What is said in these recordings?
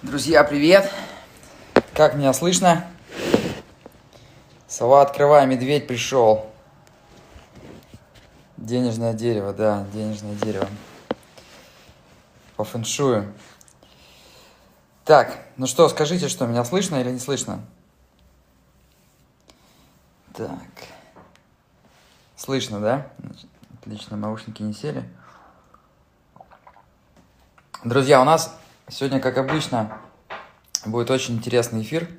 Друзья, привет! Как меня слышно? Сова, открывай, медведь пришел. Денежное дерево, да, денежное дерево. По фэншую. Так, ну что, скажите, что, меня слышно или не слышно? Так. Слышно, да? Отлично, наушники не сели. Друзья, у нас сегодня, как обычно, будет очень интересный эфир.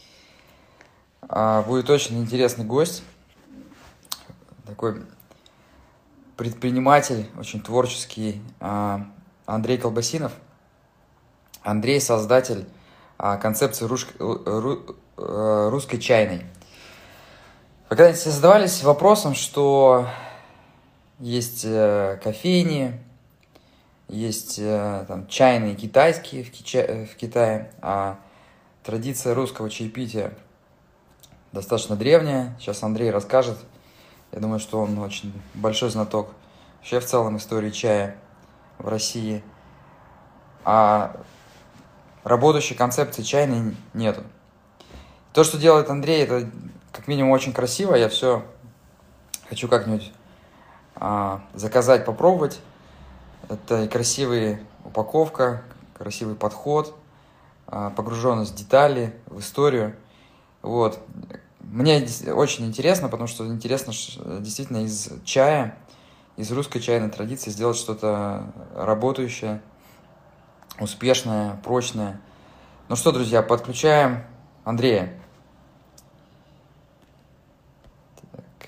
Будет очень интересный гость. Такой предприниматель, очень творческий, Андрей Колбасинов. Андрей – создатель концепции русской чайной. Вы когда-нибудь задавались вопросом, что есть кофейни, есть там, чайные китайские в Китае, а традиция русского чаепития достаточно древняя. Сейчас Андрей расскажет. Я думаю, что он очень большой знаток вообще в целом истории чая в России. А работающей концепции чайной нету. То, что делает Андрей, это как минимум очень красиво. Я все хочу как-нибудь заказать, попробовать. Это и красивая упаковка, красивый подход, погруженность в детали, в историю. Вот. Мне очень интересно, потому что интересно действительно из чая, из русской чайной традиции сделать что-то работающее, успешное, прочное. Ну что, друзья, подключаем Андрея. Так.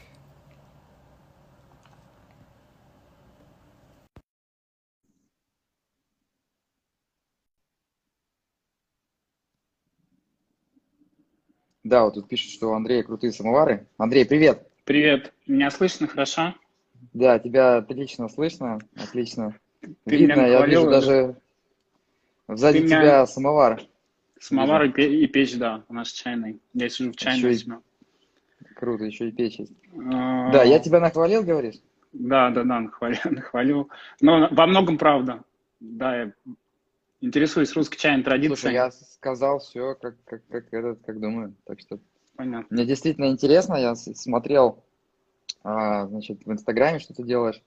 Да, вот тут пишут, что у Андрея крутые самовары. Андрей, привет! Привет, меня слышно хорошо? Да, тебя отлично слышно, отлично Ты меня видно. Я вижу нахвалил, даже ты сзади меня тебя самовар. самовар Вижу. и печь, да, у нас чайный. Я сижу в чайной у Еще и себя. круто, еще и печь есть. Да, я А, тебя нахвалил, говоришь? Да, нахвалил, нахвалил. Но во многом правда. Да, я интересуюсь русской чайной Слушай, традицией. я сказал все, как думаю. Так что мне Понятно. действительно интересно. Я смотрел, значит, в Инстаграме, что ты делаешь.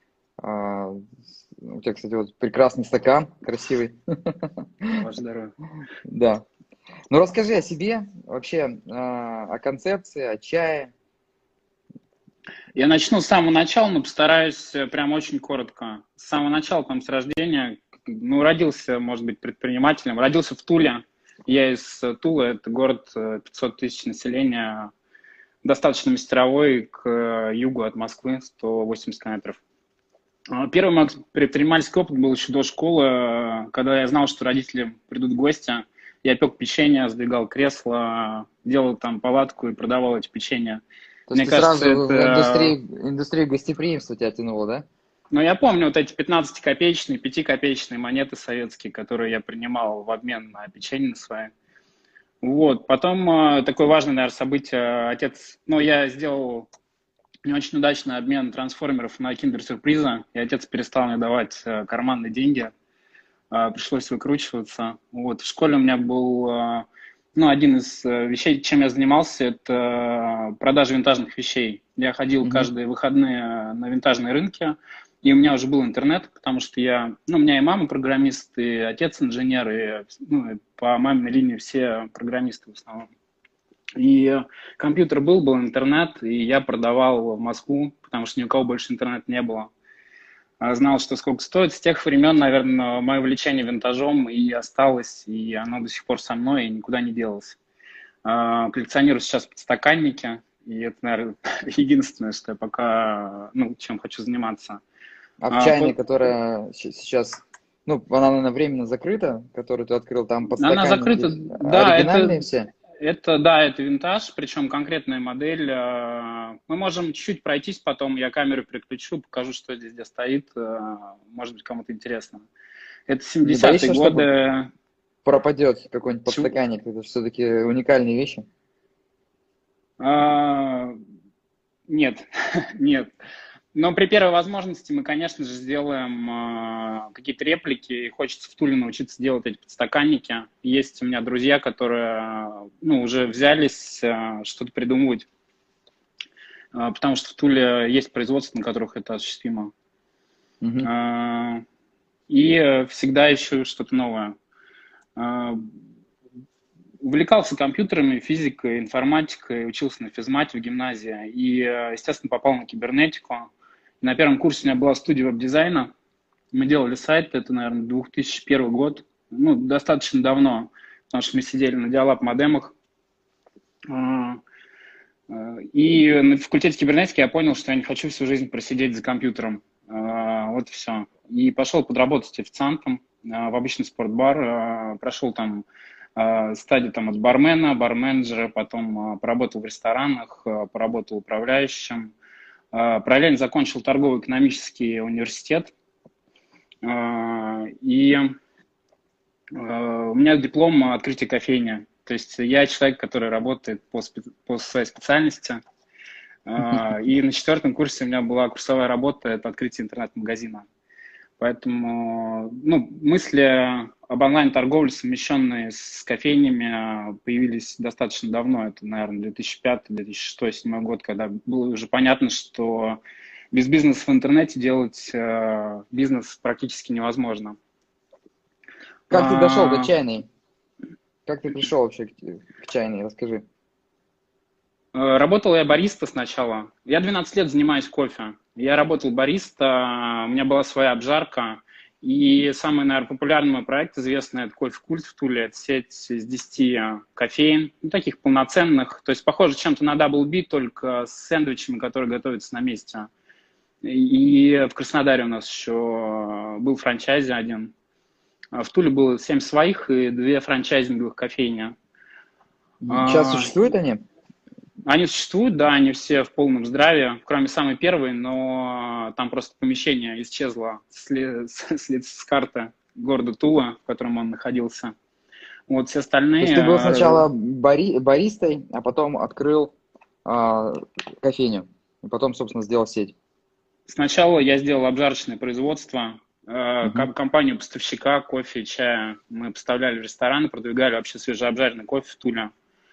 У тебя, кстати, вот прекрасный стакан, красивый. Ваше здоровье. Да. Ну, расскажи о себе, вообще, о концепции, о чае. Я начну с самого начала, но постараюсь прям очень коротко. С самого начала, там, с рождения, ну, родился, может быть, предпринимателем. Родился в Туле. Я из Тулы, это город 500 тысяч населения, достаточно мастеровой, к югу от Москвы, 180 километров. Первый мой предпринимательский опыт был еще до школы, когда я знал, что родители придут в гости. Я пек печенье, сдвигал кресло, делал там палатку и продавал эти печенья. То есть Мне ты кажется, сразу в это... индустрию гостеприимства тебя тянуло, да? Но я помню вот эти 15-копеечные, 5-копеечные монеты советские, которые я принимал в обмен на печенье свои. Вот. Потом такое важное, наверное, событие. Отец... Ну, я сделал не очень удачный обмен трансформеров на киндер-сюрприза, и отец перестал мне давать карманные деньги, пришлось выкручиваться. Вот. В школе у меня был, ну, один из вещей, чем я занимался, это продажа винтажных вещей. Я ходил Мгм. каждые выходные на винтажные рынки, и у меня уже был интернет, потому что я, ну, у меня и мама программист, и отец инженер, и, ну, и по маминой линии все программисты в основном. И компьютер был интернет, и я продавал в Москву, потому что ни у кого больше интернета не было. Знал, что сколько стоит. С тех времен, наверное, мое увлечение винтажом и осталось, и оно до сих пор со мной и никуда не делось. Коллекционирую сейчас подстаканники, и это, наверное, единственное, что я пока, ну, чем хочу заниматься. А в А, чайной, по- которая сейчас, ну, она, наверное, временно закрыта, которую ты открыл, там Она закрыта, подстаканники да, оригинальные все? это винтаж, причем конкретная модель. Мы можем чуть-чуть пройтись потом, я камеру переключу, покажу, что здесь где стоит, может быть, кому-то интересно. Это Не 70-е боишься, что годы. пропадет какой-нибудь Чу- подстаканник? Это все-таки уникальные вещи. А, Нет, нет. Но при первой возможности мы, конечно же, сделаем какие-то реплики. И хочется в Туле научиться делать эти подстаканники. Есть у меня друзья, которые ну, уже взялись что-то придумывать, потому что в Туле есть производства, на которых это осуществимо. Мгм. И всегда ищу что-то новое. Увлекался компьютерами, физикой, информатикой, учился на физмате в гимназии и, естественно, попал на кибернетику. На первом курсе у меня была студия веб-дизайна. Мы делали сайт, это, наверное, 2001 год, ну, достаточно давно, потому что мы сидели на диалаб-модемах. И на факультете кибернетики я понял, что я не хочу всю жизнь просидеть за компьютером. Вот и все. И пошел подработать официантом в обычный спортбар. Прошел там стадию там, от бармена, барменеджера, потом поработал в ресторанах, поработал управляющим. Параллельно закончил торгово-экономический университет. И у меня диплом открытия кофейни. То есть я человек, который работает по своей специальности. И на 4-м курсе у меня была курсовая работа, это открытие интернет-магазина. Поэтому ну, мысли об онлайн-торговле, совмещенные с кофейнями, появились достаточно давно. Это, наверное, 2005, 2006, 2007 год, когда было уже понятно, что без бизнеса в интернете делать бизнес практически невозможно. Как ты дошел до чайной? Как ты пришел вообще к чайной? Расскажи. Работал я бариста сначала. Я 12 лет занимаюсь кофе. Я работал бариста, у меня была своя обжарка. И самый, наверное, популярный мой проект, известный, это кофе-культ в Туле. Это сеть из 10 кофеин, ну, таких полноценных. То есть похоже чем-то на Double B, только с сэндвичами, которые готовятся на месте. И в Краснодаре у нас еще был франчайзи один. В Туле было 7 своих и 2 франчайзинговых кофейни. Сейчас существуют они? Они существуют, да, они все в полном здравии, кроме самой первой, но там просто помещение исчезло с карты города Тула, в котором он находился. Вот все То остальные... есть ты был сначала баристой, а потом открыл кофейню, и потом, собственно, сделал сеть. Сначала я сделал обжарочное производство, Мгм. компанию поставщика кофе и чая. Мы поставляли в рестораны, продвигали вообще свежеобжаренный кофе в Туле.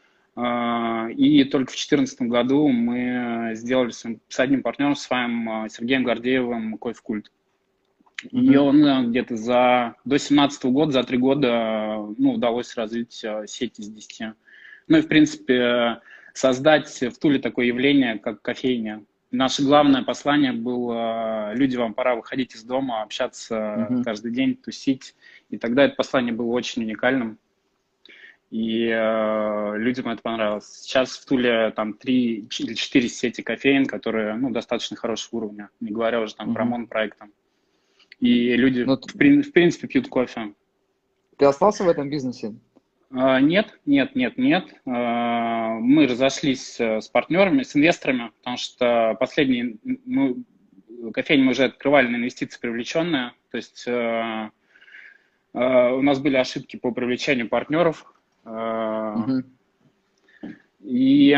И только в 2014 году мы сделали с одним партнером своим, Сергеем Гордеевым, кофе-культ. И Мгм. он где-то до 2017 года, за 3 года, ну, удалось развить сеть из 10. Ну и, в принципе, создать в Туле такое явление, как кофейня. Наше главное послание было: люди, вам пора выходить из дома, общаться Мгм. каждый день, тусить. И тогда это послание было очень уникальным. И людям это понравилось. Сейчас в Туле там 3 или 4 сети кофеин, которые ну, достаточно хорошего уровня, не говоря уже там про Мгм. монопроекты. И люди, Ну, в принципе, пьют кофе. ты остался в этом бизнесе? Нет, нет, нет, нет. Мы разошлись с партнерами, с инвесторами, потому что последние кофейни мы уже открывали на инвестиции привлеченные. То есть у нас были ошибки по привлечению партнеров. Мгм. И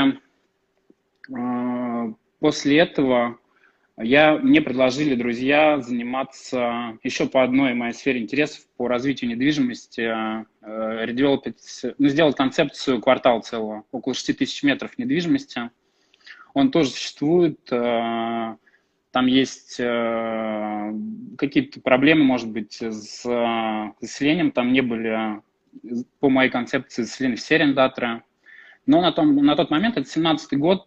после этого мне предложили друзья заниматься еще по одной моей сфере интересов, по развитию недвижимости, сделать концепцию квартала целого, около 6 тысяч метров недвижимости. Он тоже существует, там есть какие-то проблемы, может быть, с заселением, там не были, по моей концепции, заселены все арендаторы. Но на тот момент, это 17-й год,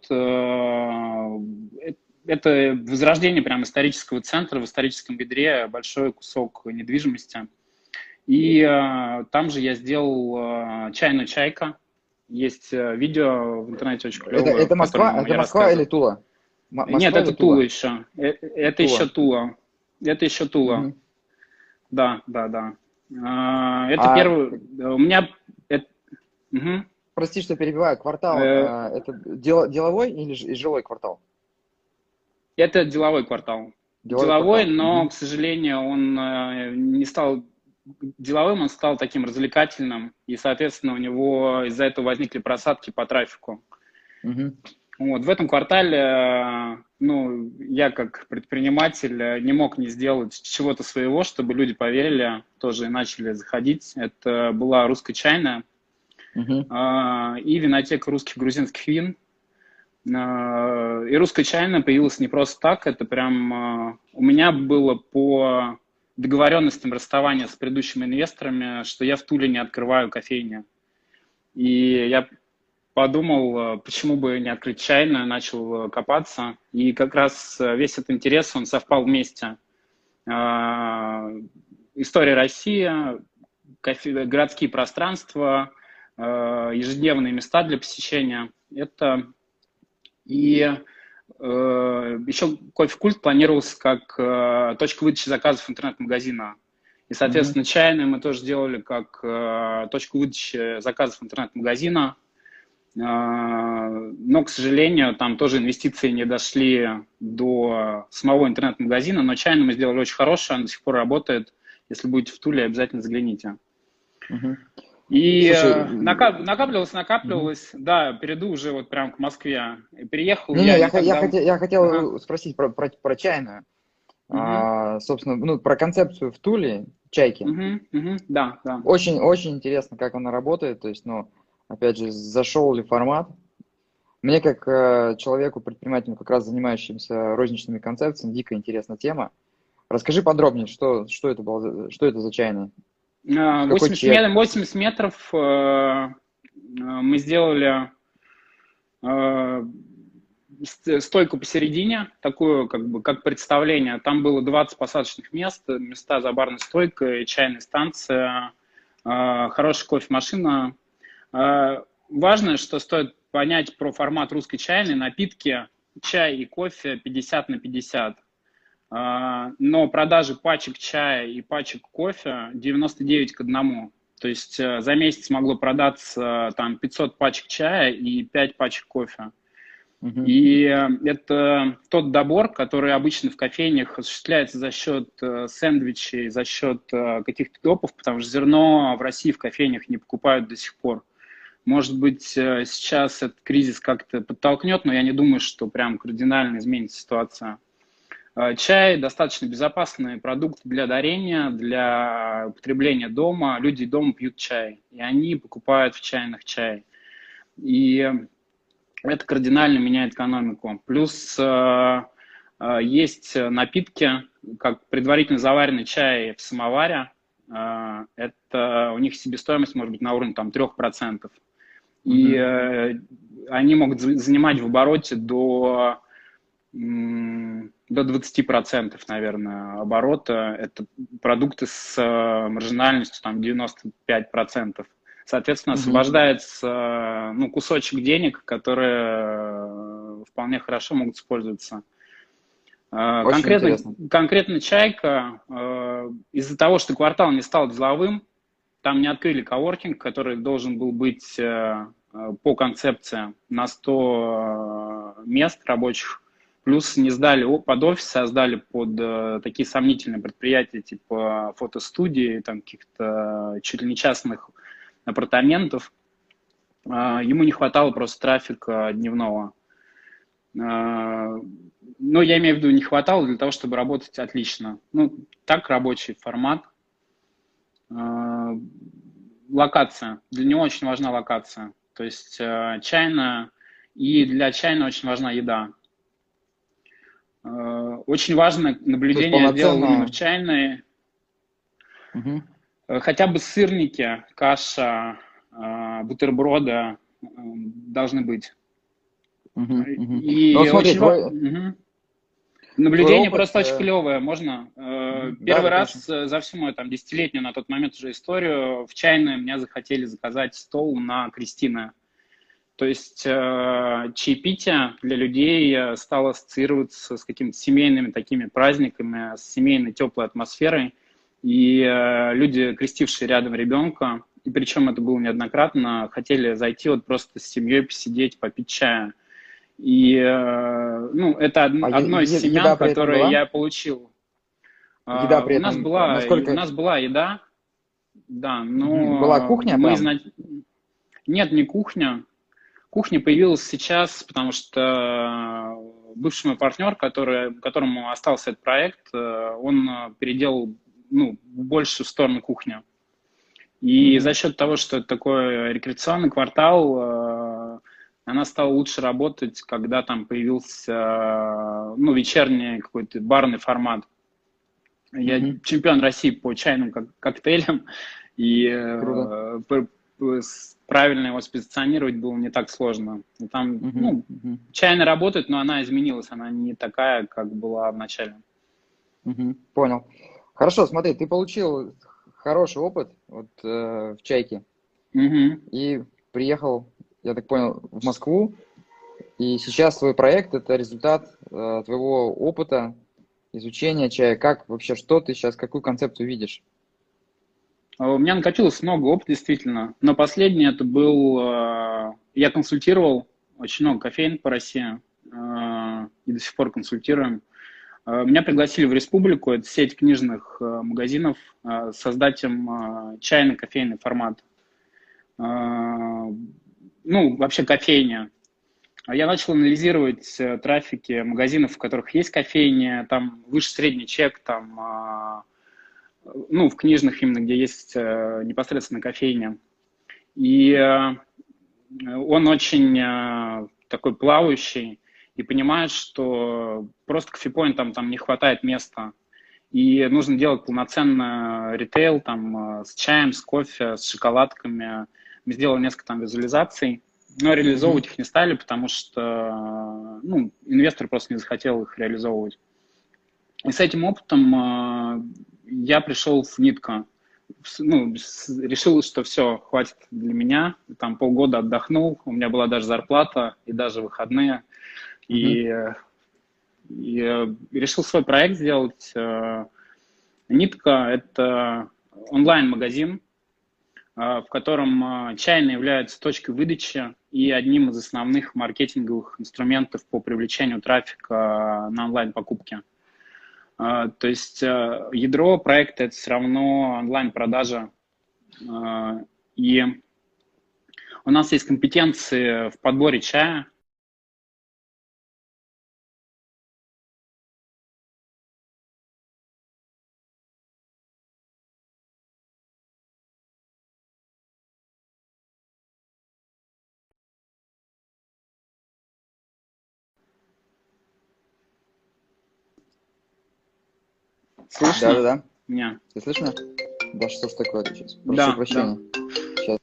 это возрождение прям исторического центра, в историческом ядре большой кусок недвижимости. И там же я сделал чайную «Чайка». Есть видео в интернете очень клевое, Это в Москва? котором Это я Москва или рассказываю. Тула? Нет, Москва или это Тула Тула? еще. Это еще Тула. Тула. Это еще Тула. Мгм. Да, да, да. Это А, первый... У меня... Мгм. прости, что перебиваю. Квартал, Э, это деловой или жилой квартал? Это деловой квартал. Деловой Деловой, квартал. но, Мгм. к сожалению, он не стал деловым, он стал таким развлекательным, и, соответственно, у него из-за этого возникли просадки по трафику. Мгм. Вот, в этом квартале, ну, я как предприниматель не мог не сделать чего-то своего, чтобы люди поверили тоже и начали заходить. Это была русская чайная Мгм. и винотека русских грузинских вин. И русская чайная появилась не просто так, это прям у меня было по договоренностям расставания с предыдущими инвесторами, что я в Туле не открываю кофейню. И я подумал, почему бы не открыть чайную, начал копаться. И как раз весь этот интерес, он совпал вместе. История России, городские пространства, ежедневные места для посещения. Это и еще кофе-культ планировался как точка выдачи заказов интернет-магазина. И, Мгм. соответственно, чайную мы тоже сделали как точку выдачи заказов интернет-магазина. Но, к сожалению, там тоже инвестиции не дошли до самого интернет-магазина, но чайную мы сделали очень хорошую, она до сих пор работает. Если будете в Туле, обязательно загляните. Мгм. И Слушай, накапливалось, мгм. накапливалось, да, перейду уже вот прям к Москве. И приехал Не-не, я не так давно. я Ага. хотел спросить про чайную. Угу. Собственно, ну, про концепцию в Туле, чайки. Угу. Угу. Да, да. Очень интересно, как она работает. То есть, ну, опять же, зашел ли формат. Мне, как человеку, предпринимателю, как раз занимающимся розничными концепциями, дико интересна тема. Расскажи подробнее, что это было, что это за чайная? Какой 80 чек? метров, 80 метров мы сделали э, стойку посередине, такую как бы как представление. Там было 20 посадочных мест, места за барной стойкой, чайная станция, хорошая кофемашина. Важно, что стоит понять про формат русской чайной, напитки, чай и кофе 50/50. Но продажи пачек чая и пачек кофе 99 к 1. То есть за месяц могло продаться там 500 пачек чая и 5 пачек кофе. Мгм. И это тот добор, который обычно в кофейнях осуществляется за счет сэндвичей, за счет каких-то допов, потому что зерно в России в кофейнях не покупают до сих пор. Может быть, сейчас этот кризис как-то подтолкнет, но я не думаю, что прям кардинально изменится ситуация. Чай достаточно безопасный продукт для дарения, для употребления дома. Люди дома пьют чай, и они покупают в чайных чай. И это кардинально меняет экономику. Плюс есть напитки, как предварительно заваренный чай в самоваре. Это у них себестоимость может быть на уровне там, 3%. И Мгм. они могут занимать в обороте до 20%, наверное, оборота. Это продукты с маржинальностью там, 95%. Соответственно, Мгм. освобождается ну, кусочек денег, которые вполне хорошо могут использоваться. Очень интересно. Конкретно «Чайка» из-за того, что квартал не стал деловым, там не открыли коворкинг, который должен был быть по концепции на 100 мест рабочих, плюс не сдали под офис, а сдали под такие сомнительные предприятия типа фотостудии, там каких-то чуть ли не частных апартаментов. Ему не хватало просто трафика дневного. Но я имею в виду, не хватало для того, чтобы работать отлично. Ну, так рабочий формат. Локация. Для него очень важна локация. То есть чайная, и для чайной очень важна еда. Очень важное То есть наблюдение я сделал именно в полноценно. чайной. Мгм. Хотя бы сырники, каша, бутерброды должны быть. Мгм. Мгм. Ну вот И смотри, очень твой, важно. твой Наблюдение опыт. просто очень клевое. Можно Да, первый да, конечно. раз за всю мою там десятилетнюю на тот момент уже историю в чайной меня захотели заказать стол на Кристины. То есть чаепитие для людей стало ассоциироваться с какими-то семейными такими праздниками, с семейной теплой атмосферой. И люди, крестившие рядом ребенка, и причем это было неоднократно, хотели зайти вот просто с семьей посидеть, попить чая. И ну, это А одно из семян, еда при этом которые была? я получил. Еда при этом, У насколько нас была еда, да, была но кухня прям? нет, не кухня. Кухня появилась сейчас, потому что бывший мой партнер, которому остался этот проект, он переделал, ну, больше в сторону кухни. И Мгм. за счет того, что это такой рекреационный квартал, она стала лучше работать, когда там появился, ну, вечерний какой-то барный формат. Я Мгм. чемпион России по чайным коктейлям, и Круто. правильно его спозиционировать было не так сложно. И там, Мгм. ну, Мгм. чайная работает, но она изменилась, она не такая, как была в начале. Мгм. Понял. Хорошо, смотри, ты получил хороший опыт вот, в чайке Мгм. и приехал, я так понял, в Москву. И сейчас твой проект – это результат твоего опыта, изучения чая. Как вообще, что ты сейчас, какую концепцию видишь? У меня накопилось много опыта, действительно. Но последний это был... Я консультировал очень много кофеин по России. И до сих пор консультируем. Меня пригласили в Республику, это сеть книжных магазинов, создать им чайный кофейный формат. Ну, вообще кофейня. Я начал анализировать трафики магазинов, в которых есть кофейня, там выше средний чек, там, ну, в книжных именно, где есть непосредственно кофейня. И он очень такой плавающий и понимает, что просто кофепоинтам там не хватает места. И нужно делать полноценный ритейл там с чаем, с кофе, с шоколадками. Мы сделали несколько там визуализаций, но Мгм. реализовывать их не стали, потому что ну, инвестор просто не захотел их реализовывать. И с этим опытом я пришел в Нитко. Ну, решил, что все, хватит для меня. Там полгода отдохнул, у меня была даже зарплата и даже выходные. Мгм. И, решил свой проект сделать. Нитка – это онлайн-магазин, в котором чайная является точкой выдачи и одним из основных маркетинговых инструментов по привлечению трафика на онлайн-покупки. То есть ядро проекта – это все равно онлайн-продажа. И у нас есть компетенции в подборе чая. Слышно Да-да-да. меня? Ты слышно? Да что ж такое-то сейчас? Прошу Да, да. прощения. Сейчас.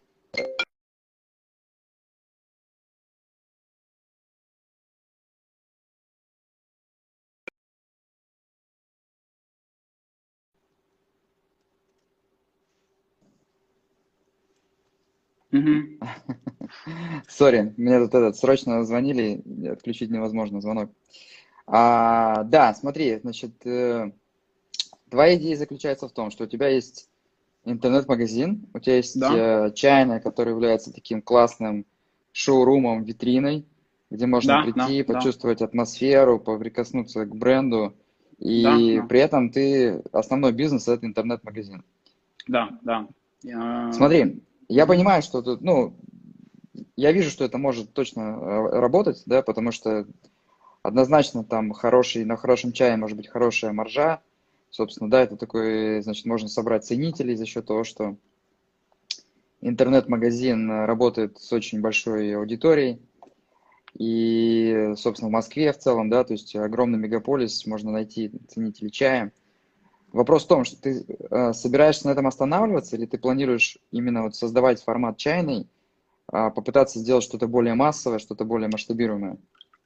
Мгм. Сори, мне тут срочно звонили, отключить невозможно звонок. Да, смотри, значит, твоя идея заключается в том, что у тебя есть интернет-магазин, у тебя есть Да, чайная, которая является таким классным шоурумом, витриной, где можно да, да, прийти, да, почувствовать атмосферу, прикоснуться к бренду, да, и да, при этом ты основной бизнес это интернет-магазин. да, да. Смотри, я Мгм. понимаю, что тут, ну, я вижу, что это может точно работать, да, потому что однозначно там на хорошем чае может быть хорошая маржа. Собственно, да, это такой, значит, можно собрать ценителей за счет того, что интернет-магазин работает с очень большой аудиторией. И, собственно, в Москве в целом, да, то есть огромный мегаполис, можно найти ценителей чая. Вопрос в том, что ты собираешься на этом останавливаться, или ты планируешь именно вот создавать формат чайный, попытаться сделать что-то более массовое, что-то более масштабируемое?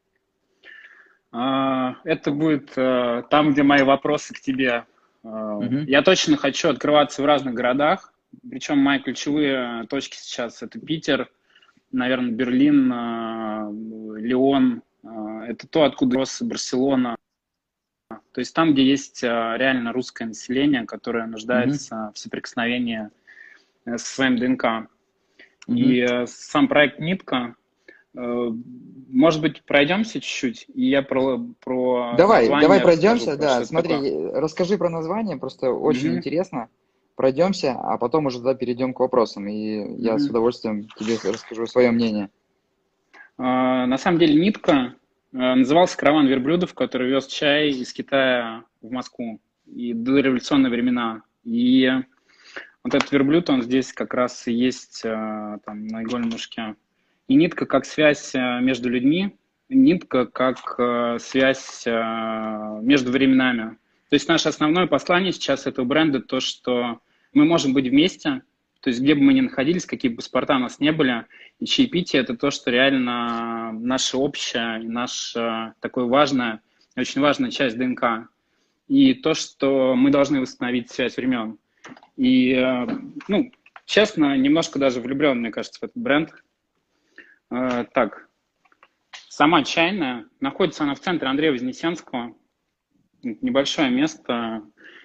Это будет там, где мои вопросы к тебе. Мгм. Я точно хочу открываться в разных городах. Причем мои ключевые точки сейчас это Питер, наверное, Берлин, Лион. Это то, откуда рос Барселона. То есть там, где есть реально русское население, которое Мгм. нуждается в соприкосновении со своим ДНК. Мгм. И сам проект «Нитка», может быть, пройдемся чуть-чуть, и я про Давай название расскажу, пройдемся, про да, что это такое. смотри, расскажи про название, просто очень Мгм, интересно. Пройдемся, а потом уже да, перейдем к вопросам, и я с мгм. удовольствием тебе расскажу свое мнение. На самом деле нитка назывался «Караван верблюдов», который вез чай из Китая в Москву и до революционные времена. И вот этот верблюд, он здесь как раз и есть там, на игольном мешке. И нитка как связь между людьми, нитка как связь между временами. То есть наше основное послание сейчас этого бренда то, что мы можем быть вместе, то есть где бы мы ни находились, какие бы паспорта у нас не были, и чаепитие – это то, что реально наша общая, наша такая важная, очень важная часть ДНК. И то, что мы должны восстановить связь времен. И, ну, честно, немножко даже влюблен, мне кажется, в этот бренд. Так, сама чайная, находится она в центре Андрея Вознесенского. Небольшое место,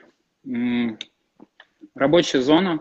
рабочая зона.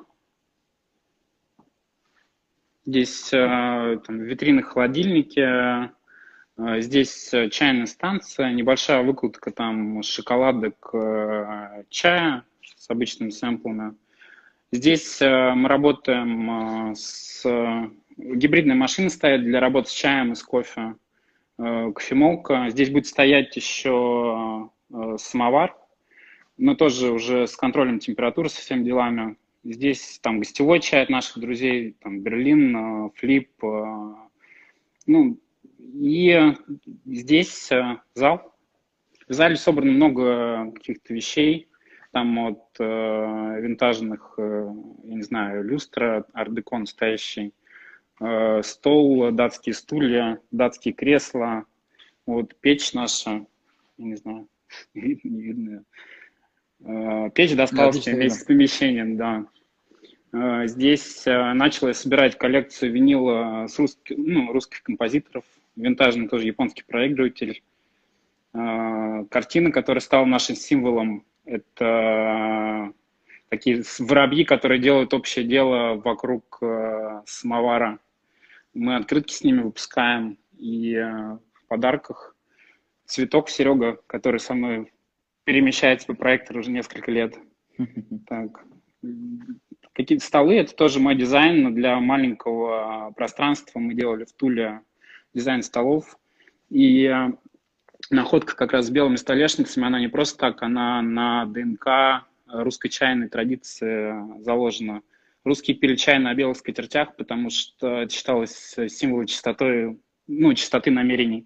Здесь там, витрины, холодильники, здесь чайная станция, небольшая выкладка там шоколадок, чая с обычными сэмплами. Здесь мы работаем с... Гибридные машины стоят для работы с чаем и с кофе, кофемолка. Здесь будет стоять еще самовар, но тоже уже с контролем температуры, со всеми делами. Здесь там гостевой чай от наших друзей, там Берлин, Флип. Ну, и здесь зал. В зале собрано много каких-то вещей. Там от винтажных, я не знаю, люстра, ар-деко настоящий, стол, датские стулья, датские кресла, вот печь наша, я не знаю, видно, не видно. Печь досталась Отлично вместе видно. с помещением, да. Здесь начал я собирать коллекцию винила с русских композиторов, винтажный тоже японский проигрыватель. Картина, которая стала нашим символом, это такие воробьи, которые делают общее дело вокруг самовара. Мы открытки с ними выпускаем, и в подарках цветок Серега, который со мной перемещается по проектору уже несколько лет. Так. Какие-то столы, это тоже мой дизайн, но для маленького пространства мы делали в Туле дизайн столов. И находка как раз с белыми столешницами, она не просто так, она на ДНК русской чайной традиции заложена. Русские пили чай на белых скатертях, потому что это считалось символом чистоты, ну, чистоты намерений.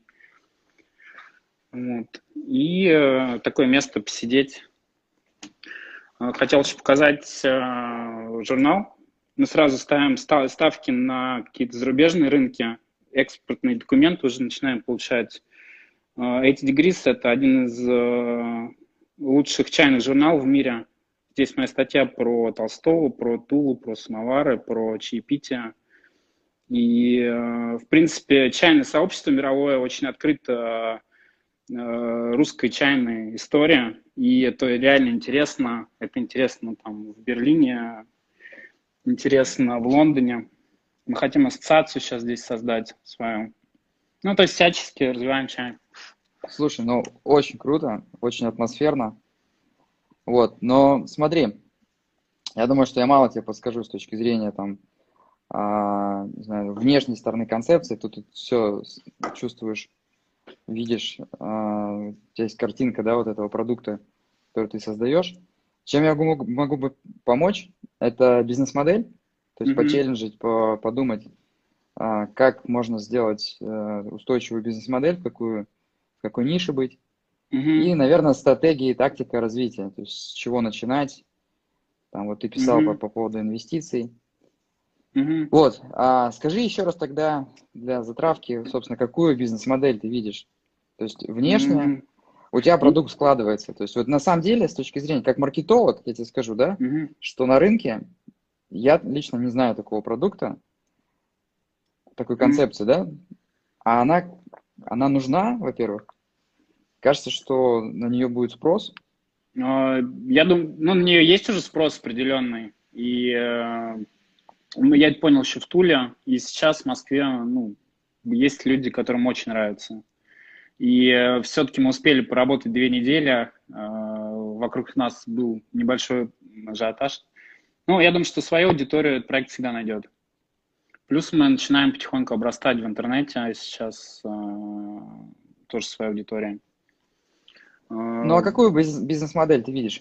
Вот. И такое место посидеть. Хотел еще показать журнал. Мы сразу ставим ставки на какие-то зарубежные рынки, экспортные документы уже начинаем получать. 80 Degrees – это один из лучших чайных журналов в мире. Здесь моя статья про Толстого, про Тулу, про самовары, про чаепитие. И, в принципе, чайное сообщество мировое очень открыто русской чайной истории, и это реально интересно. Это интересно там в Берлине, интересно в Лондоне. Мы хотим ассоциацию сейчас здесь создать свою. Ну, то есть всячески развиваем чай. Слушай, ну очень круто, очень атмосферно. Вот, но смотри, я думаю, что я мало тебе подскажу с точки зрения там, не знаю, внешней стороны концепции. Тут все чувствуешь, видишь, у тебя есть картинка, да, вот этого продукта, который ты создаешь. Чем я могу бы помочь? Это бизнес-модель, то есть почелленджить, подумать, как можно сделать устойчивую бизнес-модель, в какой нише быть. И, наверное, стратегия и тактика развития, то есть с чего начинать. Там вот ты писал по поводу инвестиций. Вот, скажи еще раз тогда для затравки, собственно, какую бизнес-модель ты видишь? То есть внешне у тебя продукт складывается. То есть вот на самом деле, с точки зрения, как маркетолог, я тебе скажу, да, что на рынке я лично не знаю такого продукта, такой концепции, да, а она нужна, во-первых. Кажется, что на нее будет спрос. Я думаю, ну, на нее есть уже спрос определенный. И я это понял еще в Туле. И сейчас в Москве, ну, есть люди, которым очень нравится. И все-таки мы успели поработать 2 недели. Вокруг нас был небольшой ажиотаж. Ну, я думаю, что свою аудиторию этот проект всегда найдет. Плюс мы начинаем потихоньку обрастать в интернете сейчас тоже своей аудиторией. Ну а какую бизнес-модель ты видишь?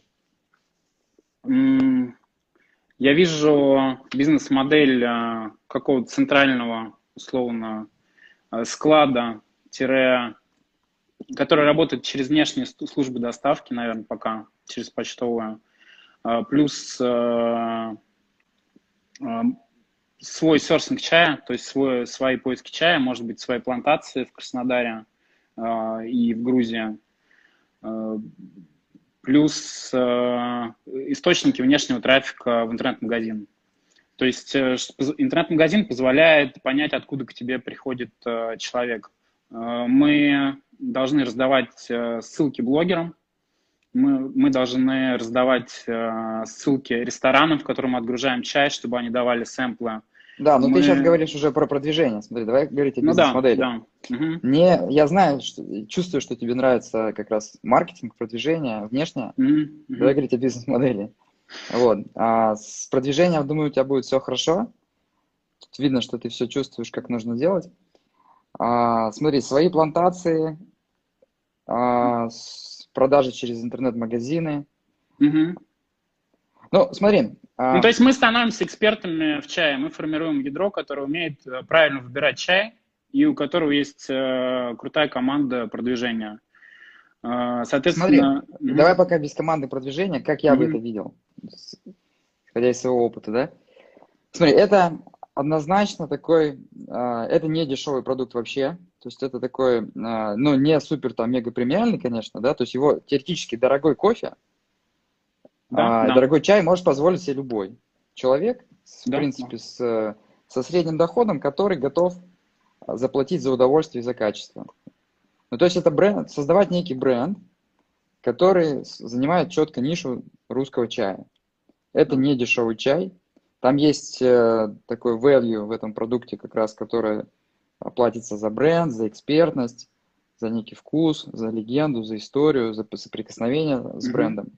Я вижу бизнес-модель какого-то центрального, условно, склада, который работает через внешние службы доставки, наверное, пока, через почтовую. Плюс свой сорсинг чая, то есть свои поиски чая, может быть, свои плантации в Краснодаре и в Грузии. Плюс источники внешнего трафика в интернет-магазин. То есть интернет-магазин позволяет понять, откуда к тебе приходит человек. Мы должны раздавать ссылки блогерам, мы должны раздавать ссылки ресторанам, в которых мы отгружаем чай, чтобы они давали сэмплы. Да, но ты сейчас говоришь уже про продвижение. Смотри, давай говорить о бизнес-модели. Да. Угу. Я знаю, чувствую, что тебе нравится как раз маркетинг, продвижение, внешнее. Давай говорить о бизнес-модели. Вот. С продвижением, думаю, у тебя будет все хорошо. Тут видно, что ты все чувствуешь, как нужно делать. Смотри, свои плантации, продажи через интернет-магазины. Угу. Ну, смотри. То есть мы становимся экспертами в чае. Мы формируем ядро, которое умеет правильно выбирать чай, и у которого есть крутая команда продвижения. Соответственно... Смотри, давай пока без команды продвижения, как я бы это видел, исходя из своего опыта, да? Смотри, это однозначно такой, это не дешевый продукт вообще, то есть это такой, ну, не супер там мега премиальный, конечно, да, то есть его теоретически дорогой кофе, дорогой чай может позволить себе любой человек, в принципе, со средним доходом, который готов заплатить за удовольствие и за качество. Ну, то есть это бренд, создавать некий бренд, который занимает четко нишу русского чая. Это не дешевый чай. Там есть такой value в этом продукте, как раз, который платится за бренд, за экспертность, за некий вкус, за легенду, за историю, за соприкосновение с брендом.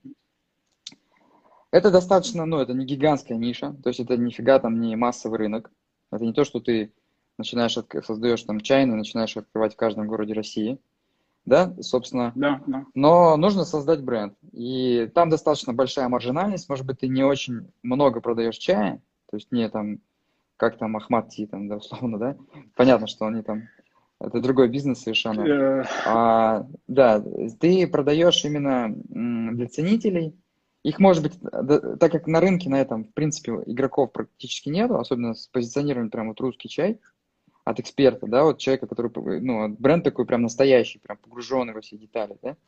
Это достаточно, ну, это не гигантская ниша, то есть это нифига там не массовый рынок. Это не то, что ты создаешь там чайный, начинаешь открывать в каждом городе России, да, собственно. Да. Но нужно создать бренд, и там достаточно большая маржинальность, может быть, ты не очень много продаешь чая, то есть не там, как там Ахмад Ти, там, да, условно, да, понятно, что они там, это другой бизнес совершенно. Да, ты продаешь именно для ценителей. Их может быть, так как на рынке на этом, в принципе, игроков практически нету, особенно с позиционированием прям вот русский чай от эксперта, да, вот человека, который, ну, бренд такой прям настоящий, прям погруженный во все детали, да,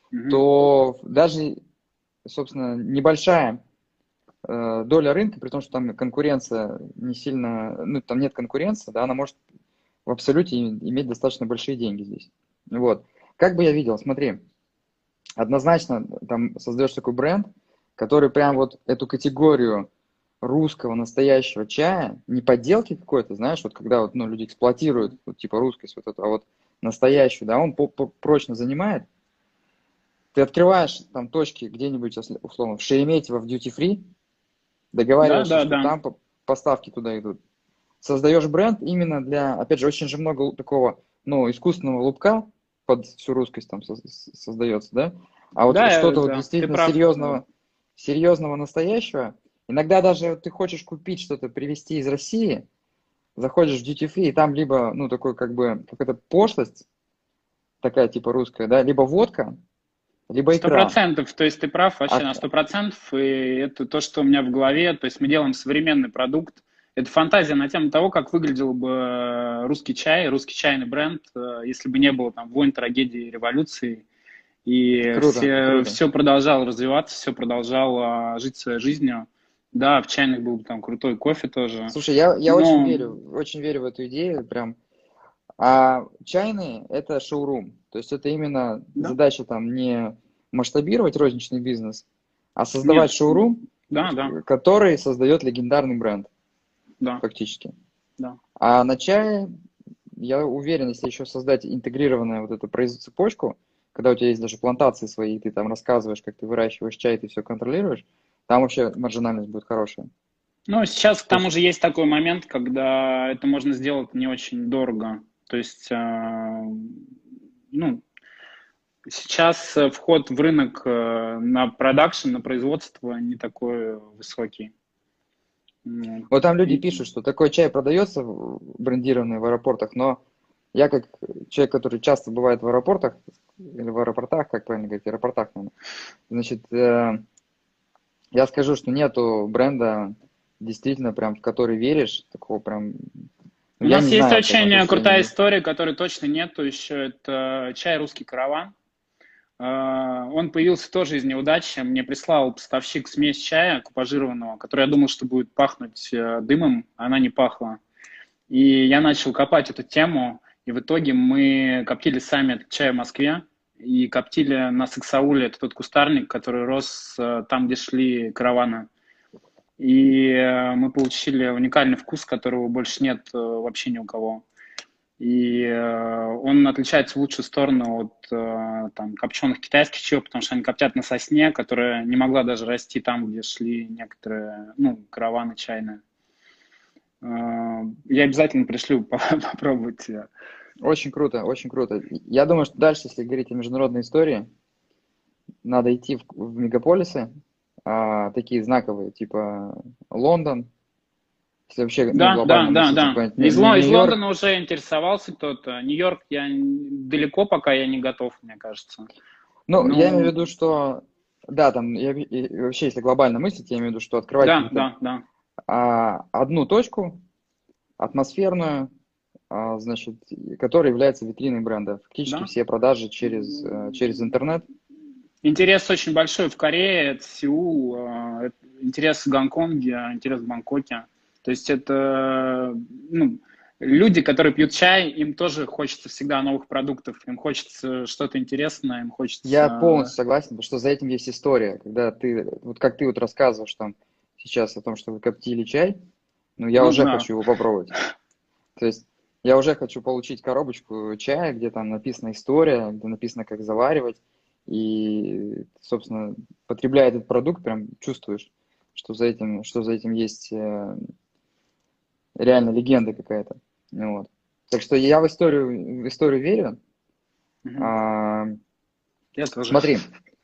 то даже, собственно, небольшая доля рынка, при том, что там конкуренция не сильно, ну, там нет конкуренции, да, она может в абсолюте иметь достаточно большие деньги здесь. Вот. Как бы я видел, смотри, однозначно там создаешь такой бренд, который прям вот эту категорию русского настоящего чая, не подделки какой-то, знаешь, вот когда вот, ну, люди эксплуатируют, вот, типа русскость, вот эту, а вот настоящую, да, он прочно занимает. Ты открываешь там точки где-нибудь, условно, в Шереметьево, в Duty Free, договариваешься, что там поставки туда идут. Создаешь бренд именно для, опять же, очень же много такого, ну, искусственного лубка под всю русскость там создается, да? А вот что-то вот действительно серьезного настоящего. Иногда даже ты хочешь купить что-то, привезти из России, заходишь в Duty Free, и там либо, ну, такой как бы, какая-то пошлость, такая типа русская, да, либо водка, либо икра. 100%, то есть ты прав вообще на 100%, и это то, что у меня в голове, то есть мы делаем современный продукт, это фантазия на тему того, как выглядел бы русский чай, русский чайный бренд, если бы не было там войн, трагедий, революции, и круто. Все продолжало развиваться, все продолжало жить своей жизнью. Да, в чайных был бы там крутой кофе тоже. Слушай, я очень верю в эту идею, прям. А чайные – это шоурум, то есть это именно задача там не масштабировать розничный бизнес, а создавать шоурум, который создает легендарный бренд, фактически. Да. А на чае, я уверен, если еще создать интегрированную вот эту цепочку, когда у тебя есть даже плантации свои, ты там рассказываешь, как ты выращиваешь чай, ты все контролируешь, там вообще маржинальность будет хорошая. Ну, сейчас к То тому есть, же есть такой момент, когда это можно сделать не очень дорого. То есть, ну, сейчас вход в рынок на продакшн, на производство не такой высокий. Вот. вот там люди И- пишут, что такой чай продается брендированный в аэропортах, но я как человек, который часто бывает в аэропортах, или в аэропортах, как правильно говорить, аэропортах, наверное, значит, я скажу, что нету бренда, действительно, прям, в который веришь, такого прям, ну, У я нас не есть знаю, во всяком очень случае, крутая история, которой точно нету еще. Это чай «Русский караван». Он появился тоже из неудачи. Мне прислал поставщик смесь чая купажированного, который я думал, что будет пахнуть дымом, а она не пахла. И я начал копать эту тему, и в итоге мы коптили сами этот чай в Москве, и коптили на саксауле, это тот кустарник, который рос там, где шли караваны. И мы получили уникальный вкус, которого больше нет вообще ни у кого. И он отличается в лучшую сторону от там, копченых китайских чаев, потому что они коптят на сосне, которая не могла даже расти там, где шли некоторые, ну, караваны чайные. Я обязательно пришлю попробовать. очень круто, очень круто. Я думаю, что дальше, если говорить о международной истории, надо идти в мегаполисы, такие знаковые, типа Лондон, если вообще, ну, Да, да, глобально да, мыслить, да. типа Из Нью-Йорк. Лондона уже интересовался кто-то. Нью-Йорк я далеко пока я не готов, мне кажется. Ну, я имею в Ну, виду, что, да, там, и вообще, если глобально мыслить, я имею в виду, что открывать да, какую-то да, да, одну точку, атмосферную, значит, которая является витриной бренда. Фактически да. все продажи через интернет. Интерес очень большой в Корее, это Сеул, интерес в Гонконге, интерес в Бангкоке. То есть это, ну, люди, которые пьют чай, им тоже хочется всегда новых продуктов, им хочется что-то интересное, им Я хочется... полностью согласен, потому что за этим есть история. Когда ты, вот как ты вот рассказываешь там сейчас о том, что вы коптили чай, ну, я Ну уже да, хочу его попробовать. То есть я уже хочу получить коробочку чая, где там написана история, где написано, как заваривать. И, собственно, потребляя этот продукт, прям чувствуешь, что за этим есть реально легенда какая-то. Ну вот. Так что я в историю верю. мгм. А, Я тоже. смотри,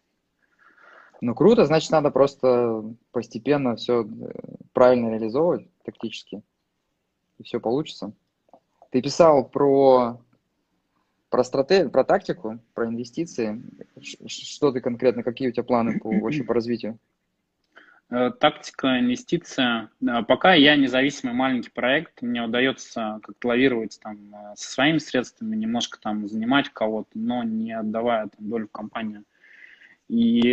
ну круто, значит, надо просто постепенно все правильно реализовывать тактически, и все получится. Ты писал про стратегию, про тактику, про инвестиции. Что ты конкретно, какие у тебя планы вообще по развитию? Тактика, инвестиция. Пока я независимый маленький проект, мне удается как-то лавировать там со своими средствами, немножко там занимать кого-то, но не отдавая там долю в компанию. И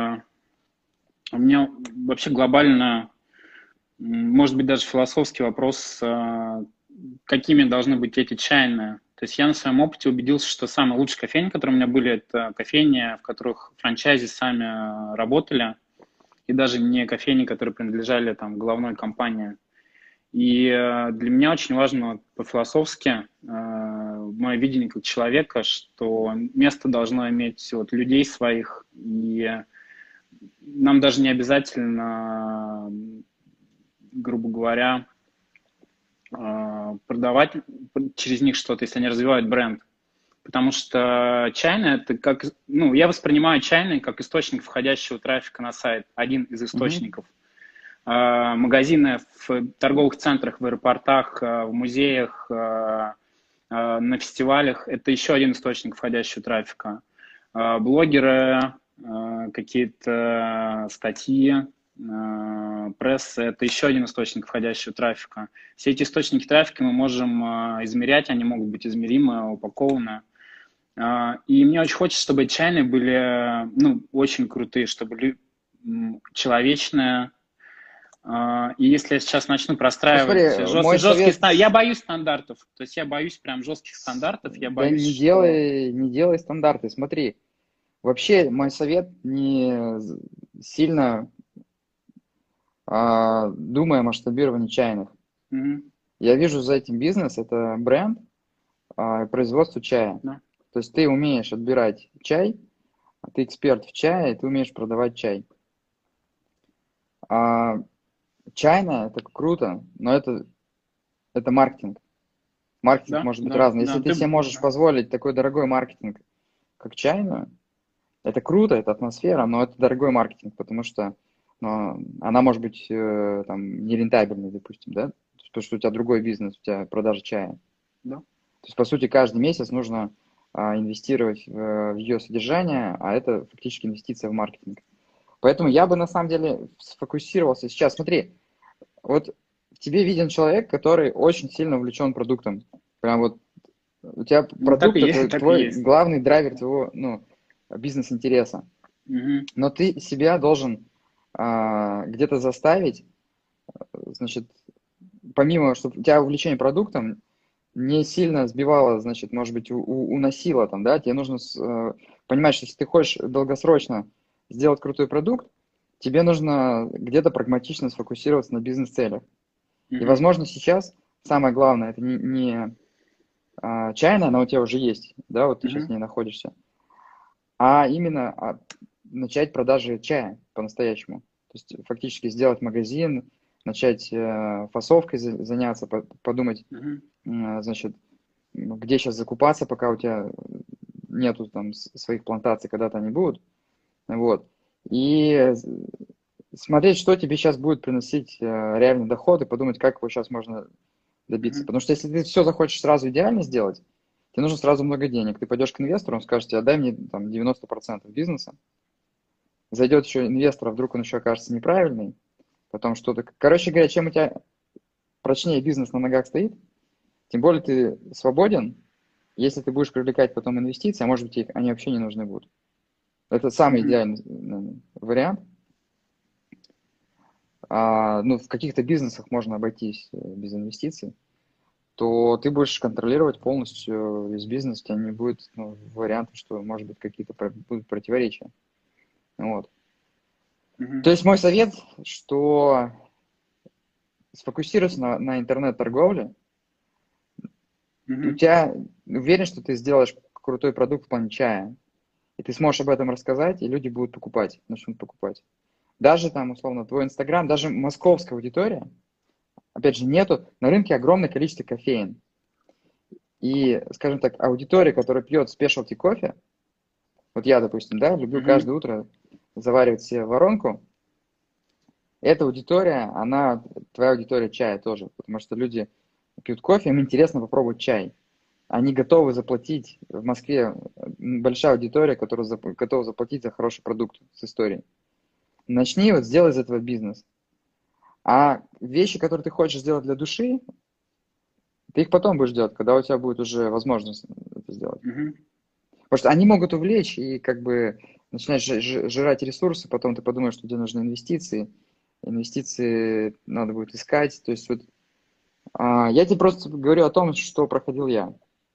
у меня вообще глобально, может быть, даже философский вопрос, какими должны быть эти чайные. То есть я на своем опыте убедился, что самые лучшие кофейни, которые у меня были, это кофейни, в которых франчайзи сами работали, и даже не кофейни, которые принадлежали там головной компании. И для меня очень важно по-философски мое видение как человека, что место должно иметь вот людей своих, и нам даже не обязательно, грубо говоря, продавать через них что-то, если они развивают бренд. Потому что чайная, это как, ну, я воспринимаю чайный как источник входящего трафика на сайт, один из Мгм. источников. Магазины в торговых центрах, в аэропортах, в музеях, на фестивалях – это еще один источник входящего трафика. Блогеры, какие-то статьи, пресса – это еще один источник входящего трафика. Все эти источники трафика мы можем измерять, они могут быть измеримы, упакованы. И мне очень хочется, чтобы чайные были, ну, очень крутые, чтобы человечные. И если я сейчас начну Ну простраивать смотри, мой жесткие совет, стандарты, я боюсь стандартов. То есть я боюсь прям жестких стандартов, я да боюсь, не что... делай, не делай стандарты. Смотри, вообще мой совет не сильно думай о масштабировании чайных. Мгм. Я вижу за этим бизнес, это бренд, производство чая. Да. То есть ты умеешь отбирать чай, ты эксперт в чае, ты умеешь продавать чай. А, Чайная, это круто, но это маркетинг. Маркетинг Да, может быть да, разный. Если да, ты себе можешь да. позволить такой дорогой маркетинг, как чайную, это круто, это атмосфера, но это дорогой маркетинг, потому что она может быть там нерентабельной, допустим, да? Потому что у тебя другой бизнес, у тебя продажа чая. Да. То есть, по сути, каждый месяц нужно инвестировать в ее содержание, а это фактически инвестиция в маркетинг. Поэтому я бы на самом деле сфокусировался сейчас. Смотри, вот в тебе виден человек, который очень сильно увлечен продуктом. Прям вот у тебя Ну, так и продукт это есть, так и твой есть. главный драйвер твоего, ну, бизнес-интереса. Мгм. Но ты себя должен где-то заставить, значит, помимо, чтобы у тебя увлечение продуктом не сильно сбивало, значит, может быть, уносило там, да, тебе нужно понимать, что если ты хочешь долгосрочно сделать крутой продукт, тебе нужно где-то прагматично сфокусироваться на бизнес-целях. И, Мгм. возможно, сейчас самое главное, это не чайная, она у тебя уже есть, да, вот ты сейчас в Мгм. ней находишься, а именно начать продажи чая по-настоящему. То есть фактически сделать магазин, начать фасовкой заняться, подумать, Мгм. значит, где сейчас закупаться, пока у тебя нету там своих плантаций, когда-то они будут. Вот. И смотреть, что тебе сейчас будет приносить реальный доход, и подумать, как его сейчас можно добиться. Мгм. Потому что если ты все захочешь сразу идеально сделать, тебе нужно сразу много денег. Ты пойдешь к инвестору, он скажет тебе, отдай мне там 90% бизнеса. Зайдет еще инвестор, а вдруг он еще окажется неправильный. Потом что-то... Короче говоря, чем у тебя прочнее бизнес на ногах стоит, тем более ты свободен. Если ты будешь привлекать потом инвестиции, а может быть, они вообще не нужны будут. Это самый Мгм. идеальный вариант. Ну, в каких-то бизнесах можно обойтись без инвестиций, то ты будешь контролировать полностью весь бизнес, у тебя не будет вариантов, что, может быть, какие-то будут противоречия. Вот. Мгм. То есть мой совет, что сфокусируйся на интернет-торговле. У Мгм. тебя уверен, что ты сделаешь крутой продукт в плане чая, и ты сможешь об этом рассказать, и люди будут покупать, начнут покупать. Даже там, условно, твой Инстаграм, даже московская аудитория, опять же, нету, на рынке огромное количество кофеин. И, скажем так, аудитория, которая пьет спешалти кофе, вот я, допустим, да, люблю Мгм. каждое утро заваривать себе воронку, эта аудитория, она, твоя аудитория чая тоже, потому что люди пьют кофе, им интересно попробовать чай. Они готовы заплатить, в Москве большая аудитория, которая готова заплатить за хороший продукт с историей. Начни вот сделай из этого бизнес. А вещи, которые ты хочешь сделать для души, ты их потом будешь делать, когда у тебя будет уже возможность это сделать. Мгм. Потому что они могут увлечь и как бы начинать жрать ресурсы, потом ты подумаешь, что тебе нужны инвестиции. Инвестиции надо будет искать. То есть вот я тебе просто говорю о том, что проходил я.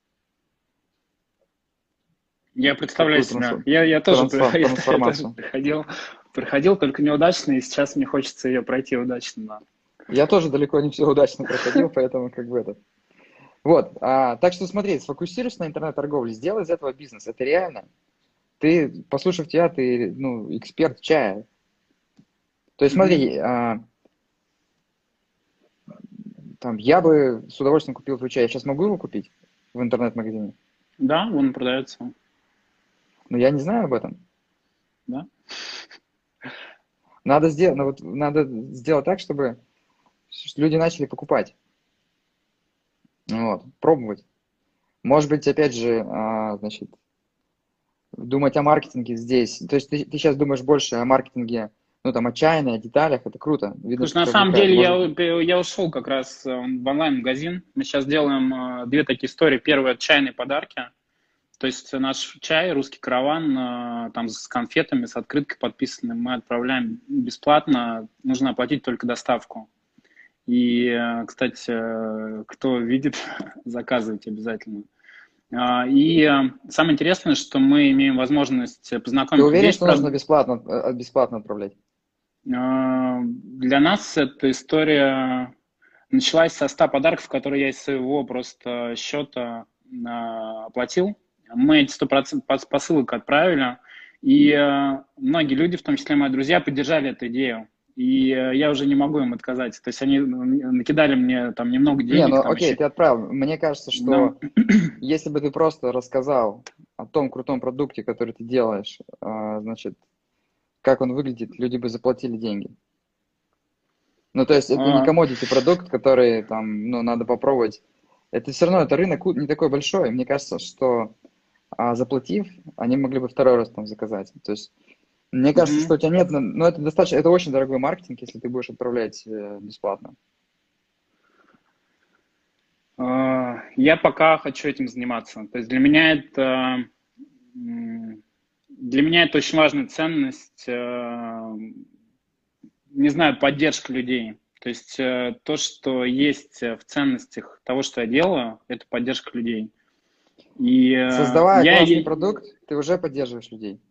Я представляю Какую себя. Я тоже, я тоже трансформацию. проходил, только неудачно, и сейчас мне хочется ее пройти удачно. Да. Я тоже далеко не все удачно проходил, поэтому как бы это. Вот, так что смотри, сфокусируйся на интернет-торговле, сделай из этого бизнес, это реально. Ты, послушав тебя, ты, ну, эксперт в чае. То есть Мгм. смотри, там, я бы с удовольствием купил твой чай. Я сейчас могу его купить в интернет-магазине? Да, он продается. Но я не знаю об этом. Да. Надо сделать так, чтобы люди начали покупать. Вот, пробовать. Может быть, опять же, значит, думать о маркетинге здесь. То есть ты сейчас думаешь больше о маркетинге, ну, там, о чайной, о деталях. Это круто. Видно, Слушай, что на тебя самом увлекает. деле Может, я ушел как раз в онлайн-магазин. Мы сейчас делаем две такие истории. Первая – чайные подарки. То есть наш чай, русский караван, там с конфетами, с открыткой подписанной, мы отправляем бесплатно. Нужно оплатить только доставку. И, кстати, кто видит, заказывайте обязательно. И самое интересное, что мы имеем возможность ты познакомить людей уверен, с что нужно бесплатно отправлять? Для нас эта история началась со 100 подарков, которые я из своего просто счета оплатил. Мы эти 100% посылок отправили, и многие люди, в том числе мои друзья, поддержали эту идею. и я уже не могу им отказать. То есть они накидали мне там немного Не, ну денег, там окей, еще. ты отправил. Мне кажется, Но, что если бы ты просто рассказал о том крутом продукте, который ты делаешь, значит, как он выглядит, люди бы заплатили деньги. Ну, то есть это не а, commodity продукт, который там, ну, надо попробовать. Это все равно, это рынок не такой большой. Мне кажется, что заплатив, они могли бы второй раз там заказать. То есть мне кажется, что мгм. у тебя нет, но это достаточно, это очень дорогой маркетинг, если ты будешь отправлять бесплатно. Я пока хочу этим заниматься. То есть для меня это очень важная ценность, не знаю, поддержка людей. То есть то, что есть в ценностях того, что я делаю, это поддержка людей. И Создавая классный продукт, ты уже поддерживаешь людей.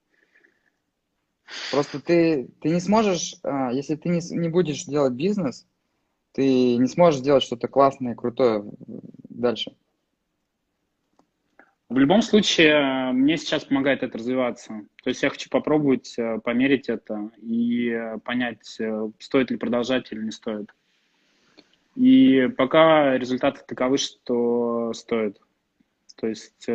Просто ты не сможешь, если ты не будешь делать бизнес, ты не сможешь делать что-то классное, крутое дальше. в любом случае мне сейчас помогает это развиваться. То есть я хочу попробовать померить это и понять, стоит ли продолжать или не стоит. И пока результаты таковы, что стоит. То есть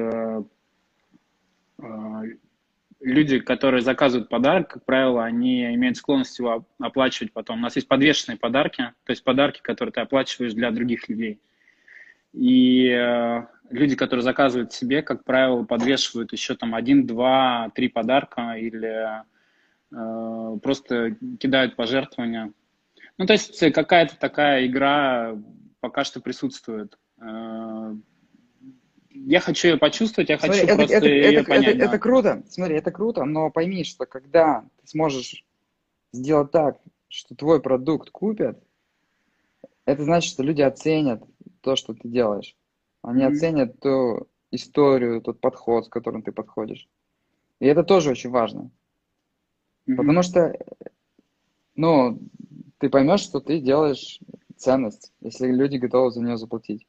э, люди, которые заказывают подарок, как правило, они имеют склонность его оплачивать потом. У нас есть подвешенные подарки, то есть подарки, которые ты оплачиваешь для других людей. И люди, которые заказывают себе, как правило, подвешивают еще там один, два, три подарка или просто кидают пожертвования. Ну, то есть какая-то такая игра пока что присутствует. Я хочу ее почувствовать, я Смотри, хочу просто ее понять, это да. круто. Смотри, это круто, но пойми, что когда ты сможешь сделать так, что твой продукт купят, это значит, что люди оценят то, что ты делаешь. Они Мгм. оценят ту историю, тот подход, с которым ты подходишь. И это тоже очень важно. Потому Мгм. что, ну, ты поймешь, что ты делаешь ценность, если люди готовы за нее заплатить.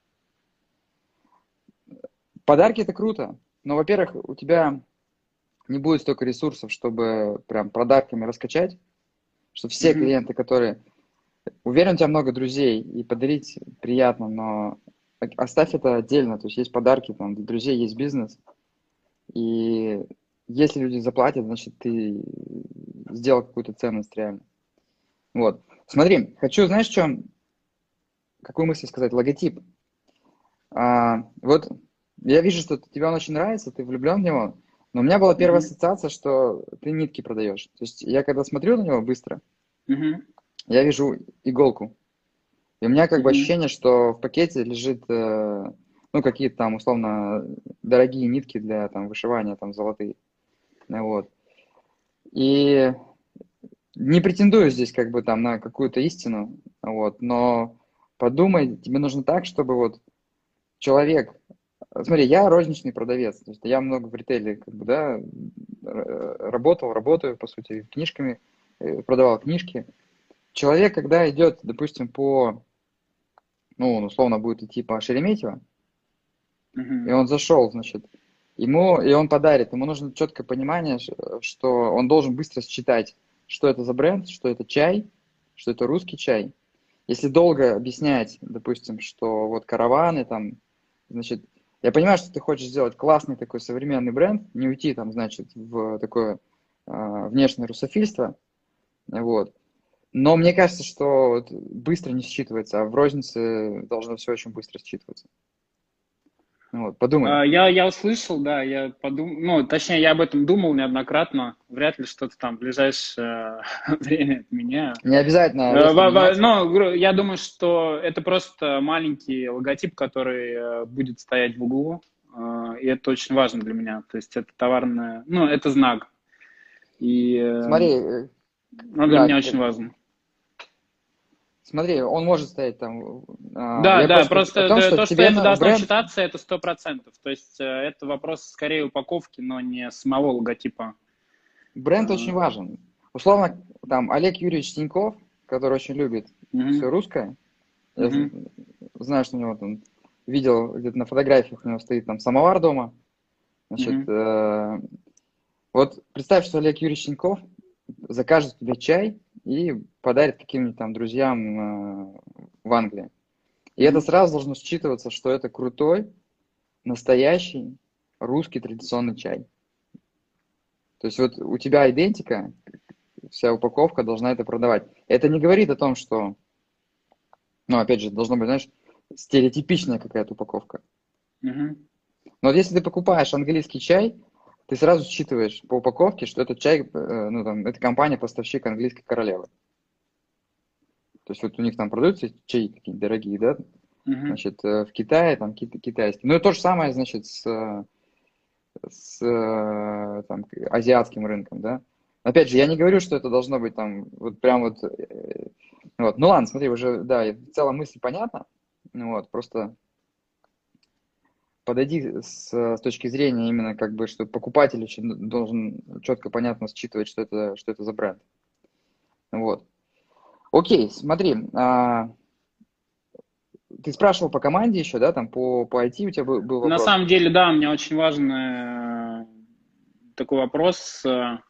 Подарки это круто, но, во-первых, у тебя не будет столько ресурсов, чтобы прям подарками раскачать, что все Мгм. клиенты, которые... Уверен, у тебя много друзей, и подарить приятно, но оставь это отдельно. То есть есть подарки, там, для друзей есть бизнес, и если люди заплатят, значит, ты сделал какую-то ценность реально. Вот. Смотри, хочу, знаешь, что, какую мысль сказать? Логотип. Вот я вижу, что тебе он очень нравится, ты влюблен в него, но у меня была первая Мгм. ассоциация, что ты нитки продаешь. То есть я когда смотрю на него быстро, Мгм. я вижу иголку. И у меня как бы Мгм. ощущение, что в пакете лежит, ну, какие-то там, условно, дорогие нитки для там вышивания, там, золотые. Вот. И не претендую здесь как бы там на какую-то истину, вот, но подумай, тебе нужно так, чтобы вот человек... Смотри, я розничный продавец, то есть я много в ритейле, как бы, да, работал, работаю, по сути, книжками, продавал книжки. Человек, когда идет, допустим, по, ну, он условно будет идти по Шереметьево, и Мгм. он зашел, значит, ему, и он подарит, ему нужно четкое понимание, что он должен быстро считать, что это за бренд, что это чай, что это русский чай. Если долго объяснять, допустим, что вот караваны там, значит, я понимаю, что ты хочешь сделать классный такой современный бренд, не уйти там, значит, в такое внешнее русофильство, вот. Но мне кажется, что вот быстро не считывается, а в рознице должно все очень быстро считываться. Вот, подумай. Я услышал, да, я подумал, ну, точнее, я об этом думал неоднократно, вряд ли что-то там в ближайшее время отменяю. Не обязательно резко менять. Но я думаю, что это просто маленький логотип, который будет стоять в углу, и это очень важно для меня. То есть это товарное, ну, это знак, и Смотри, он для да, меня очень важен. смотри, он может стоять там. Да, Я да, просто о просто том, что то, что тебе это на должно бренд, читаться, это 100%. То есть это вопрос скорее упаковки, но не самого логотипа. бренд очень Мгм. важен. Условно, там Олег Юрьевич Тиньков, который очень любит все русское, я Мгм. знаю, что у него там, видел где-то на фотографиях, у него стоит там самовар дома. Значит, Мгм. вот представь, что Олег Юрьевич Тиньков закажет тебе чай, и подарит каким-нибудь там друзьям в Англии. И это сразу должно считываться, что это крутой, настоящий русский традиционный чай. То есть вот у тебя идентика, вся упаковка должна это продавать. Это не говорит о том, что, ну, опять же, должно быть, знаешь, стереотипичная какая-то упаковка. Мгм. Но вот если ты покупаешь английский чай, ты сразу считываешь по упаковке, что этот чай, ну, там, это компания-поставщик английской королевы. То есть вот у них там продаются чаи такие дорогие, да, Мгм. значит, в Китае там китайские. Ну и то же самое, значит, там, азиатским рынком, да. Опять же, я не говорю, что это должно быть там вот прям вот, вот. Ну ладно, смотри, уже, да, в целом мысль понятна, ну вот, просто подойди с точки зрения именно как бы, что покупатель очень должен четко, понятно считывать, что это за бренд. Вот. Окей, смотри, ты спрашивал по команде еще, да, там по IT у тебя был На вопрос. самом деле, да, мне очень важен такой вопрос.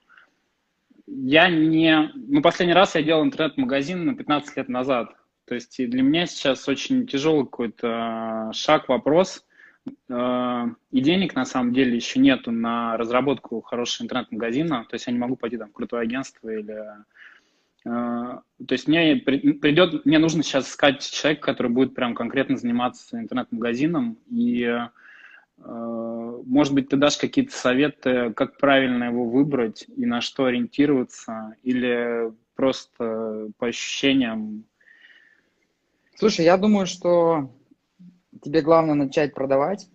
Я не... Ну, последний раз я делал интернет-магазин на 15 лет назад. То есть и для меня сейчас очень тяжелый какой-то шаг, вопрос. И денег на самом деле еще нету на разработку хорошего интернет-магазина. То есть я не могу пойти там в крутое агентство или... То есть мне нужно сейчас искать человека, который будет прям конкретно заниматься интернет-магазином. И, может быть, ты дашь какие-то советы, как правильно его выбрать и на что ориентироваться, или просто по ощущениям. Слушай, я думаю, что тебе главное начать продавать.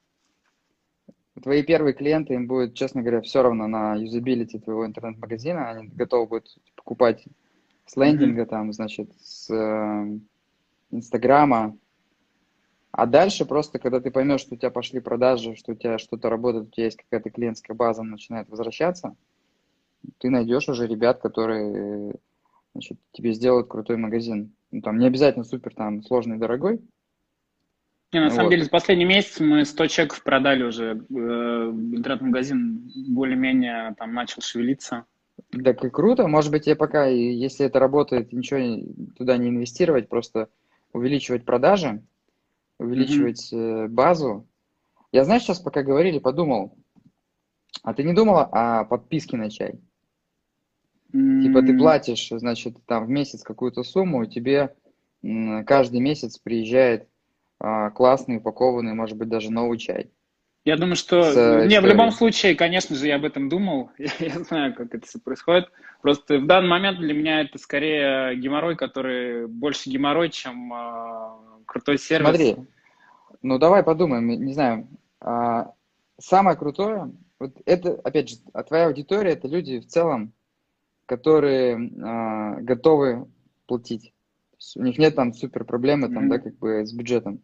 Твои первые клиенты, им будет, честно говоря, все равно на юзабилити твоего интернет-магазина. Они готовы будут покупать с Мгм. лендинга, там, значит, с Инстаграма. А дальше просто, когда ты поймешь, что у тебя пошли продажи, что у тебя что-то работает, у тебя есть какая-то клиентская база, она начинает возвращаться, ты найдешь уже ребят, которые, значит, тебе сделают крутой магазин. Ну, там не обязательно супер там сложный и дорогой. Не, на самом Вот. деле, за последний месяц мы 100 чеков продали уже. Интернет-магазин более-менее там начал шевелиться. Так и круто. Может быть, я пока, если это работает, ничего туда не инвестировать, просто увеличивать продажи, Мгм. увеличивать базу. Я, знаешь, сейчас пока говорили, подумал, а ты не думала о подписке на чай? Типа ты М, платишь, значит, там в месяц какую-то сумму, и тебе каждый месяц приезжает классный, упакованный, может быть, даже новый чай Я думаю, что... с Не, в любом историей. случае, конечно же, я об этом думал. Я знаю, как это все происходит. Просто в данный момент для меня это скорее геморрой, который больше геморрой, чем крутой сервис. Смотри, ну давай подумаем, не знаю, самое крутое, вот это, опять же, твоя аудитория, это люди в целом, которые готовы платить. То есть у них нет там супер проблемы там, да, Мгм. как бы с бюджетом.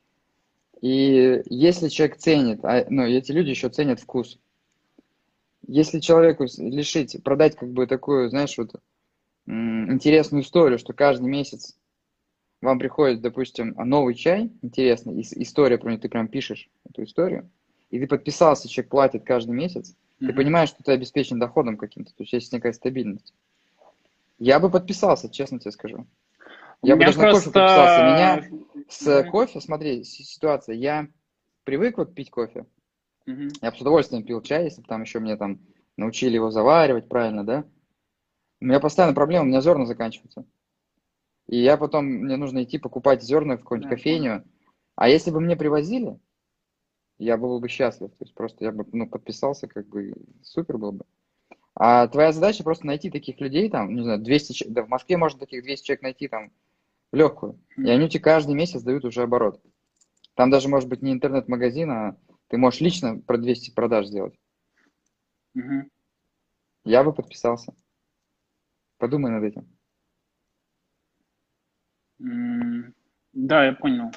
И если человек ценит, ну, эти люди еще ценят вкус. Если человеку лишить, продать как бы такую, знаешь, вот интересную историю, что каждый месяц вам приходит, допустим, новый чай, интересный, история про него, ты прям пишешь эту историю, и ты подписался, человек платит каждый месяц, ты Мгм. понимаешь, что ты обеспечен доходом каким-то, то есть есть некая стабильность. Я бы подписался, честно тебе скажу. У Я бы меня даже на кофе подписался. просто... Меня с Мгм. кофе, смотри, ситуация, я привык вот пить кофе, Мгм. я бы с удовольствием пил чай, если бы там еще мне там научили его заваривать правильно, да. У меня постоянно проблема, у меня зерна заканчиваются. И я потом, мне нужно идти покупать зерна в какую-нибудь Да, я понял. кофейню. А если бы мне привозили, я был бы счастлив. То есть просто я бы, ну, подписался, как бы супер был бы. А твоя задача просто найти таких людей, там, не знаю, 200 человек, да в Москве можно таких 200 человек найти там в легкую. И Мгм. они тебе каждый месяц дают уже оборот. Там даже может быть не интернет-магазин, а ты можешь лично про 200 продаж сделать. Мгм. Я бы подписался. Подумай над этим. Да, я понял.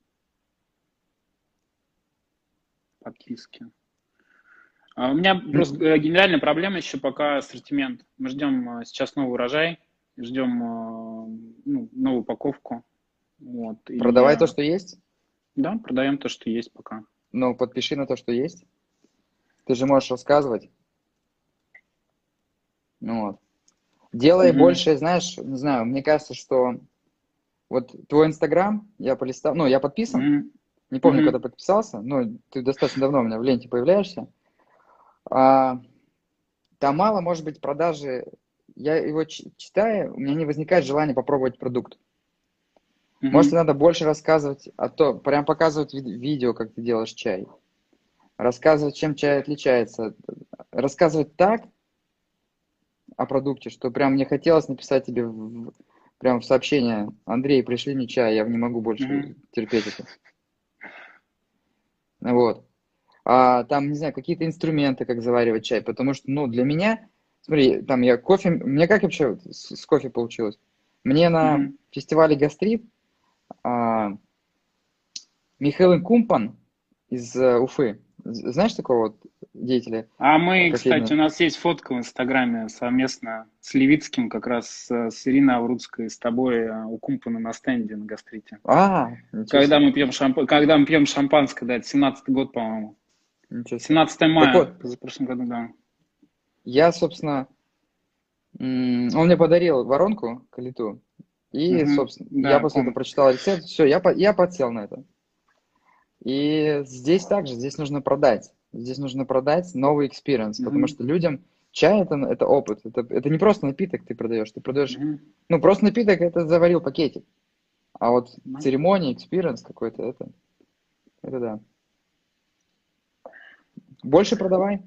Подписки. У меня просто генеральная проблема еще пока ассортимент. Мы ждем сейчас новый урожай, ждем ну, новую упаковку. Вот, и Продавай то, что есть, да, продаем то, что есть пока. но подпиши на то, что есть. Ты же можешь рассказывать. Ну вот. Делай Мгм. больше, знаешь, не знаю, мне кажется, что вот твой Инстаграм, я полистал, ну, я подписан, Мгм. не помню, когда Мгм. подписался, но ты достаточно давно у меня в ленте появляешься. А, там мало, может быть, продажи. Я его читаю, у меня не возникает желания попробовать продукт. Может, Мгм. надо больше рассказывать, прям показывать видео, как ты делаешь чай. Рассказывать, чем чай отличается. Рассказывать так о продукте, что прям мне хотелось написать тебе прям в сообщение: Андрей, пришли мне чай, я не могу больше Мгм. терпеть это. Вот. А там, не знаю, какие-то инструменты, как заваривать чай, потому что, ну, для меня, смотри, там я кофе, мне как вообще вот с кофе получилось? Мне на Мгм. фестивале «Гастрит» а, Михаил Кумпан из Уфы, знаешь такого вот деятеля А мы, кстати, кофейного? у нас есть фотка в Инстаграме совместно с Левицким, как раз с Ириной Аврудской, с тобой у Кумпана на стенде на гастрите. Ничего себе, Когда мы пьем шампанское, да, это 17-й год, по-моему. ничего себе. 17 Так мая, вот, позапрошлом году, да. я, собственно, он мне подарил воронку калиту, и, Мгм. собственно, я Да, после этого помню. прочитал рецепт, все, я подсел на это. И здесь также, здесь нужно продать. Здесь нужно продать новый experience, потому Мгм. что людям чай это опыт. Это не просто напиток ты продаешь, Мгм. ну, просто напиток это заварил пакетик. А вот Да. церемония, experience какой-то, это да. Больше продавай.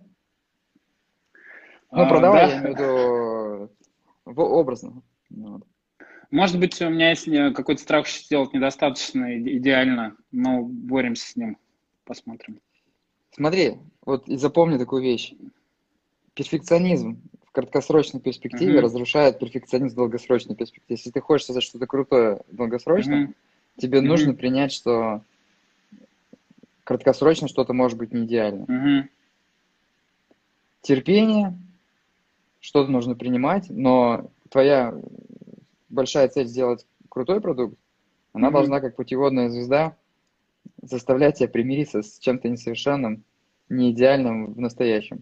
Ну, продавай, Да, я имею в виду образно. Вот. может быть, у меня есть какой-то страх сделать недостаточно идеально, но боремся с ним. Посмотрим. Смотри, вот и запомни такую вещь. Перфекционизм в краткосрочной перспективе Мгм. разрушает перфекционизм в долгосрочной перспективе. Если ты хочешь создать что-то крутое долгосрочно, Мгм. тебе нужно Мгм. принять, что краткосрочно что-то может быть не идеально. Мгм. Терпение, что-то нужно принимать, но твоя большая цель сделать крутой продукт, она Мгм. должна, как путеводная звезда, заставлять тебя примириться с чем-то несовершенным, не идеальным в настоящем.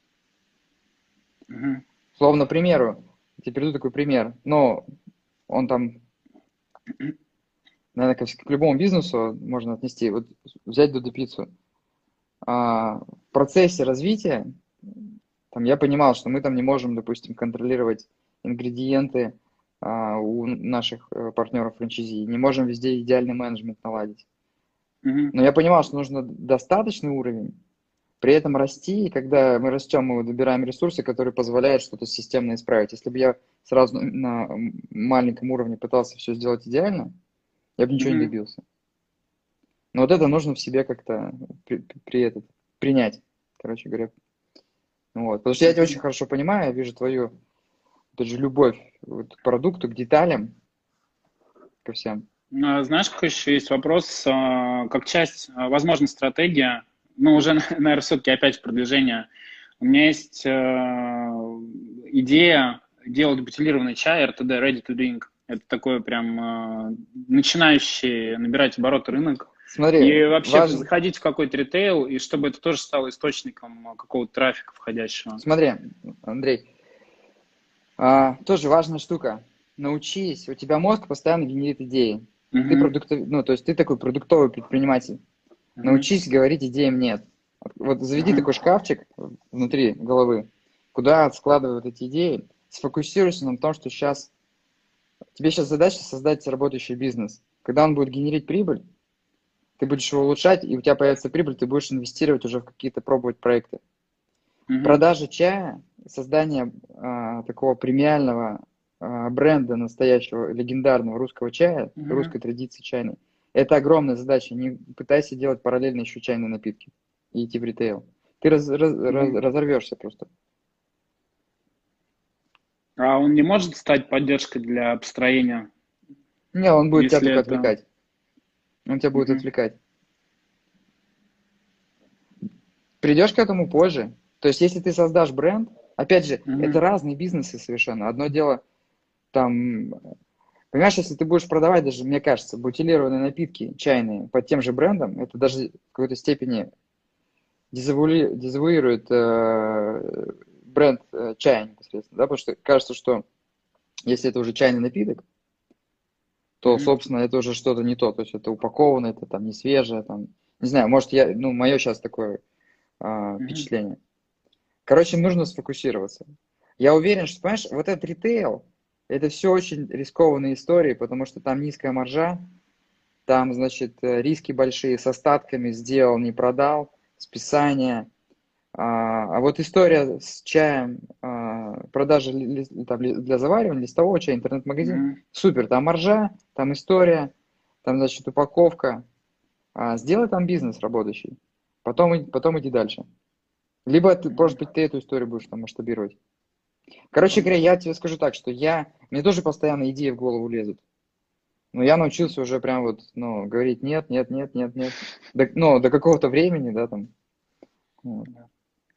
Мгм. Словно, к примеру, я тебе приведу такой пример, но он там, наверное, к любому бизнесу можно отнести. Вот взять Додо Пиццу. В процессе развития там я понимал, что мы там не можем, допустим, контролировать ингредиенты у наших партнеров франчайзи, не можем везде идеальный менеджмент наладить. Мгм. Но я понимал, что нужно достаточный уровень, при этом расти, и когда мы растем, мы выбираем ресурсы, которые позволяют что-то системно исправить. Если бы я сразу на маленьком уровне пытался все сделать идеально, я бы ничего не Мгм. добился. Но вот это нужно в себе как-то принять, короче говоря. Вот. Потому что я тебя очень Мгм. хорошо понимаю, я вижу твою, опять же, любовь вот к продукту, к деталям, ко всем. Знаешь, какой еще есть вопрос? Как часть, возможно, стратегия, но уже, наверное, все-таки опять продвижение. У меня есть идея делать бутилированный чай RTD, Ready to Drink. Это такой прям начинающий набирать обороты рынок. Смотри, И вообще важно, заходить в какой-то ритейл, и чтобы это тоже стало источником какого-то трафика входящего. смотри, Андрей, тоже важная штука. Научись, у тебя мозг постоянно генерит идеи. Угу, Ну, то есть ты такой продуктовый предприниматель. угу, Научись говорить идеям «нет». Вот заведи угу, такой шкафчик внутри головы, куда складывают эти идеи, сфокусируйся на том, что тебе сейчас задача создать работающий бизнес. Когда он будет генерить прибыль, ты будешь его улучшать, и у тебя появится прибыль, ты будешь инвестировать уже в какие-то, пробовать проекты. угу, Продажа чая, создание такого премиального бренда настоящего легендарного русского чая, угу. русской традиции чайной, это огромная задача. Не пытайся делать параллельно еще чайные напитки и идти в ритейл. Ты разорвешься просто. А он не может стать поддержкой для построения, Не, он будет тебя если только это... отвлекать. Он тебя будет Мгм. отвлекать. Придешь к этому позже. То есть, если ты создашь бренд, опять же, это Мгм. разные бизнесы совершенно. Одно дело, там, понимаешь, если ты будешь продавать даже, мне кажется, бутилированные напитки чайные под тем же брендом, это даже в какой-то степени дезавуирует бренд чая непосредственно, да, потому что кажется, что Если это уже чайный напиток, то, Мгм. собственно, это уже что-то не то. То есть это упаковано, это там не свежее, там, не знаю, может, ну, мое сейчас такое Мгм. впечатление. Короче, нужно сфокусироваться. Я уверен, что, понимаешь, вот этот ритейл, это все очень рискованные истории, потому что там низкая маржа, там, значит, риски большие с остатками, сделал, не продал, списание. А вот история с чаем, продажи там, для заваривания, листового чая, интернет-магазин, Мгм. супер, там маржа, там история, там, значит, упаковка. Сделай там бизнес работающий, потом иди дальше. Либо, может Мгм. быть, ты эту историю будешь там масштабировать. Короче говоря, я тебе скажу так, что мне тоже постоянно идеи в голову лезут. Но я научился уже прям вот, ну, говорить нет, нет, нет, нет, нет. До какого-то времени, да, там. Вот. Да.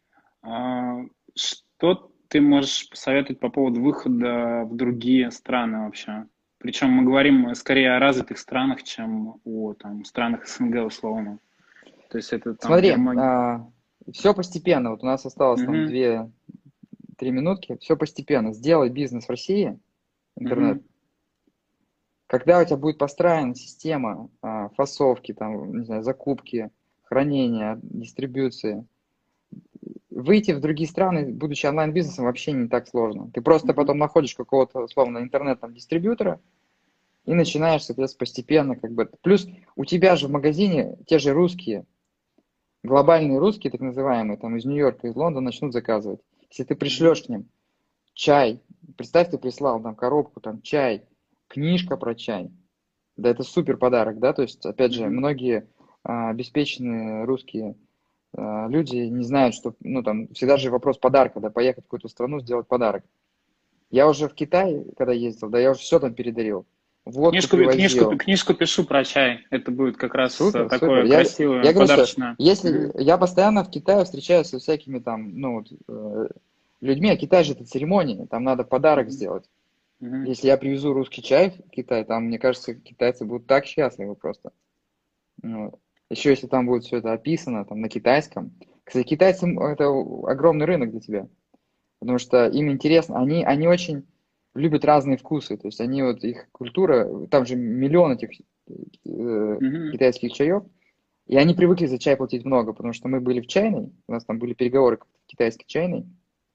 Что ты можешь посоветовать по поводу выхода в другие страны вообще? Причем мы говорим скорее о развитых странах, чем о там, странах СНГ условно. То есть это там Смотри, Германия. все постепенно. Вот у нас осталось там Угу, 2-3 минутки. Все постепенно. Сделай бизнес в России, интернет. угу, Когда у тебя будет построена система фасовки, там, не знаю, закупки, хранения, дистрибьюции, выйти в другие страны, будучи онлайн-бизнесом, вообще не так сложно. Ты просто угу, потом находишь какого-то, условно, интернет-дистрибьютора и начинаешь, соответственно, постепенно как бы. Плюс у тебя же в магазине те же русские, глобальные русские, так называемые, там из Нью-Йорка, из Лондона начнут заказывать. Если ты угу, пришлешь к ним чай, представь, ты прислал там коробку, там чай, книжка про чай, да это супер подарок, да, то есть, опять же, угу. многие обеспеченные русские люди не знают, что, ну, там, всегда же вопрос подарка, да, поехать в какую-то страну, сделать подарок. Я уже в Китай, когда ездил, да, я уже все там передарил. Водку привозил. Книжку пишу про чай. Это будет как раз Супер, супер. такое Я красивое говорю, что подарочное. если Угу, я постоянно в Китае встречаюсь со всякими там, ну, вот, людьми, а Китай же это церемония, там надо подарок угу, сделать. угу. Если я привезу русский чай в Китай, там, мне кажется, китайцы будут так счастливы просто. Вот. Еще если там будет все это описано, там, на китайском. Кстати, китайцы это огромный рынок для тебя. Потому что им интересно, они очень любят разные вкусы, то есть они вот, их культура, там же миллион этих Мгм. китайских чаев, и они привыкли за чай платить много, потому что мы были в чайной, у нас там были переговоры в китайской чайной,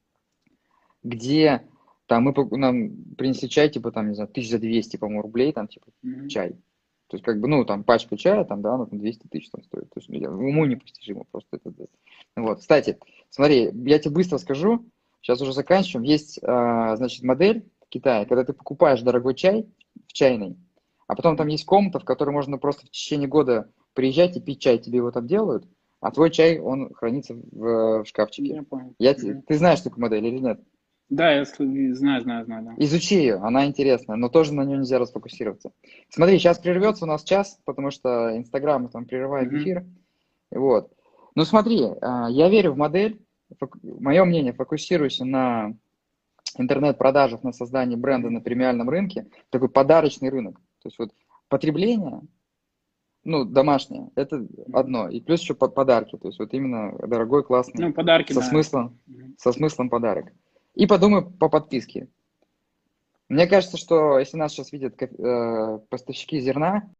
где там нам принесли чай, типа там, не знаю, 1200, по-моему, рублей, там, типа, Мгм. чай. То есть, как бы, ну, там, пачка чая, там, да, ну, там, 200 тысяч там стоит. То есть, уму Мгм. непостижимо просто это. Да. Вот, кстати, смотри, я тебе быстро скажу, сейчас уже заканчиваем. Есть, значит, модель в Китае, когда ты покупаешь дорогой чай в чайной, а потом там Мгм. есть комната, в которой можно просто в течение года приезжать и пить чай, тебе его там делают, а твой чай, он хранится в шкафчике. Я понял. Мгм. Ты знаешь такую модель или нет? Да, знаю, да. Изучи ее, она интересная, но тоже на нее нельзя расфокусироваться. Смотри, сейчас прервется у нас час, потому что Инстаграм там прерывает Мгм. эфир. Вот. Ну смотри, я верю в модель. Мое мнение, фокусируйся на интернет-продажах, на создании бренда Мгм. на премиальном рынке. Такой подарочный рынок. То есть вот потребление, ну, домашнее, это Мгм. одно. И плюс еще подарки. То есть вот именно дорогой, классный, Ну, подарки, со да. смыслом, Мгм. со смыслом подарок. И подумай по подписке. Мне кажется, что если нас сейчас видят поставщики зерна,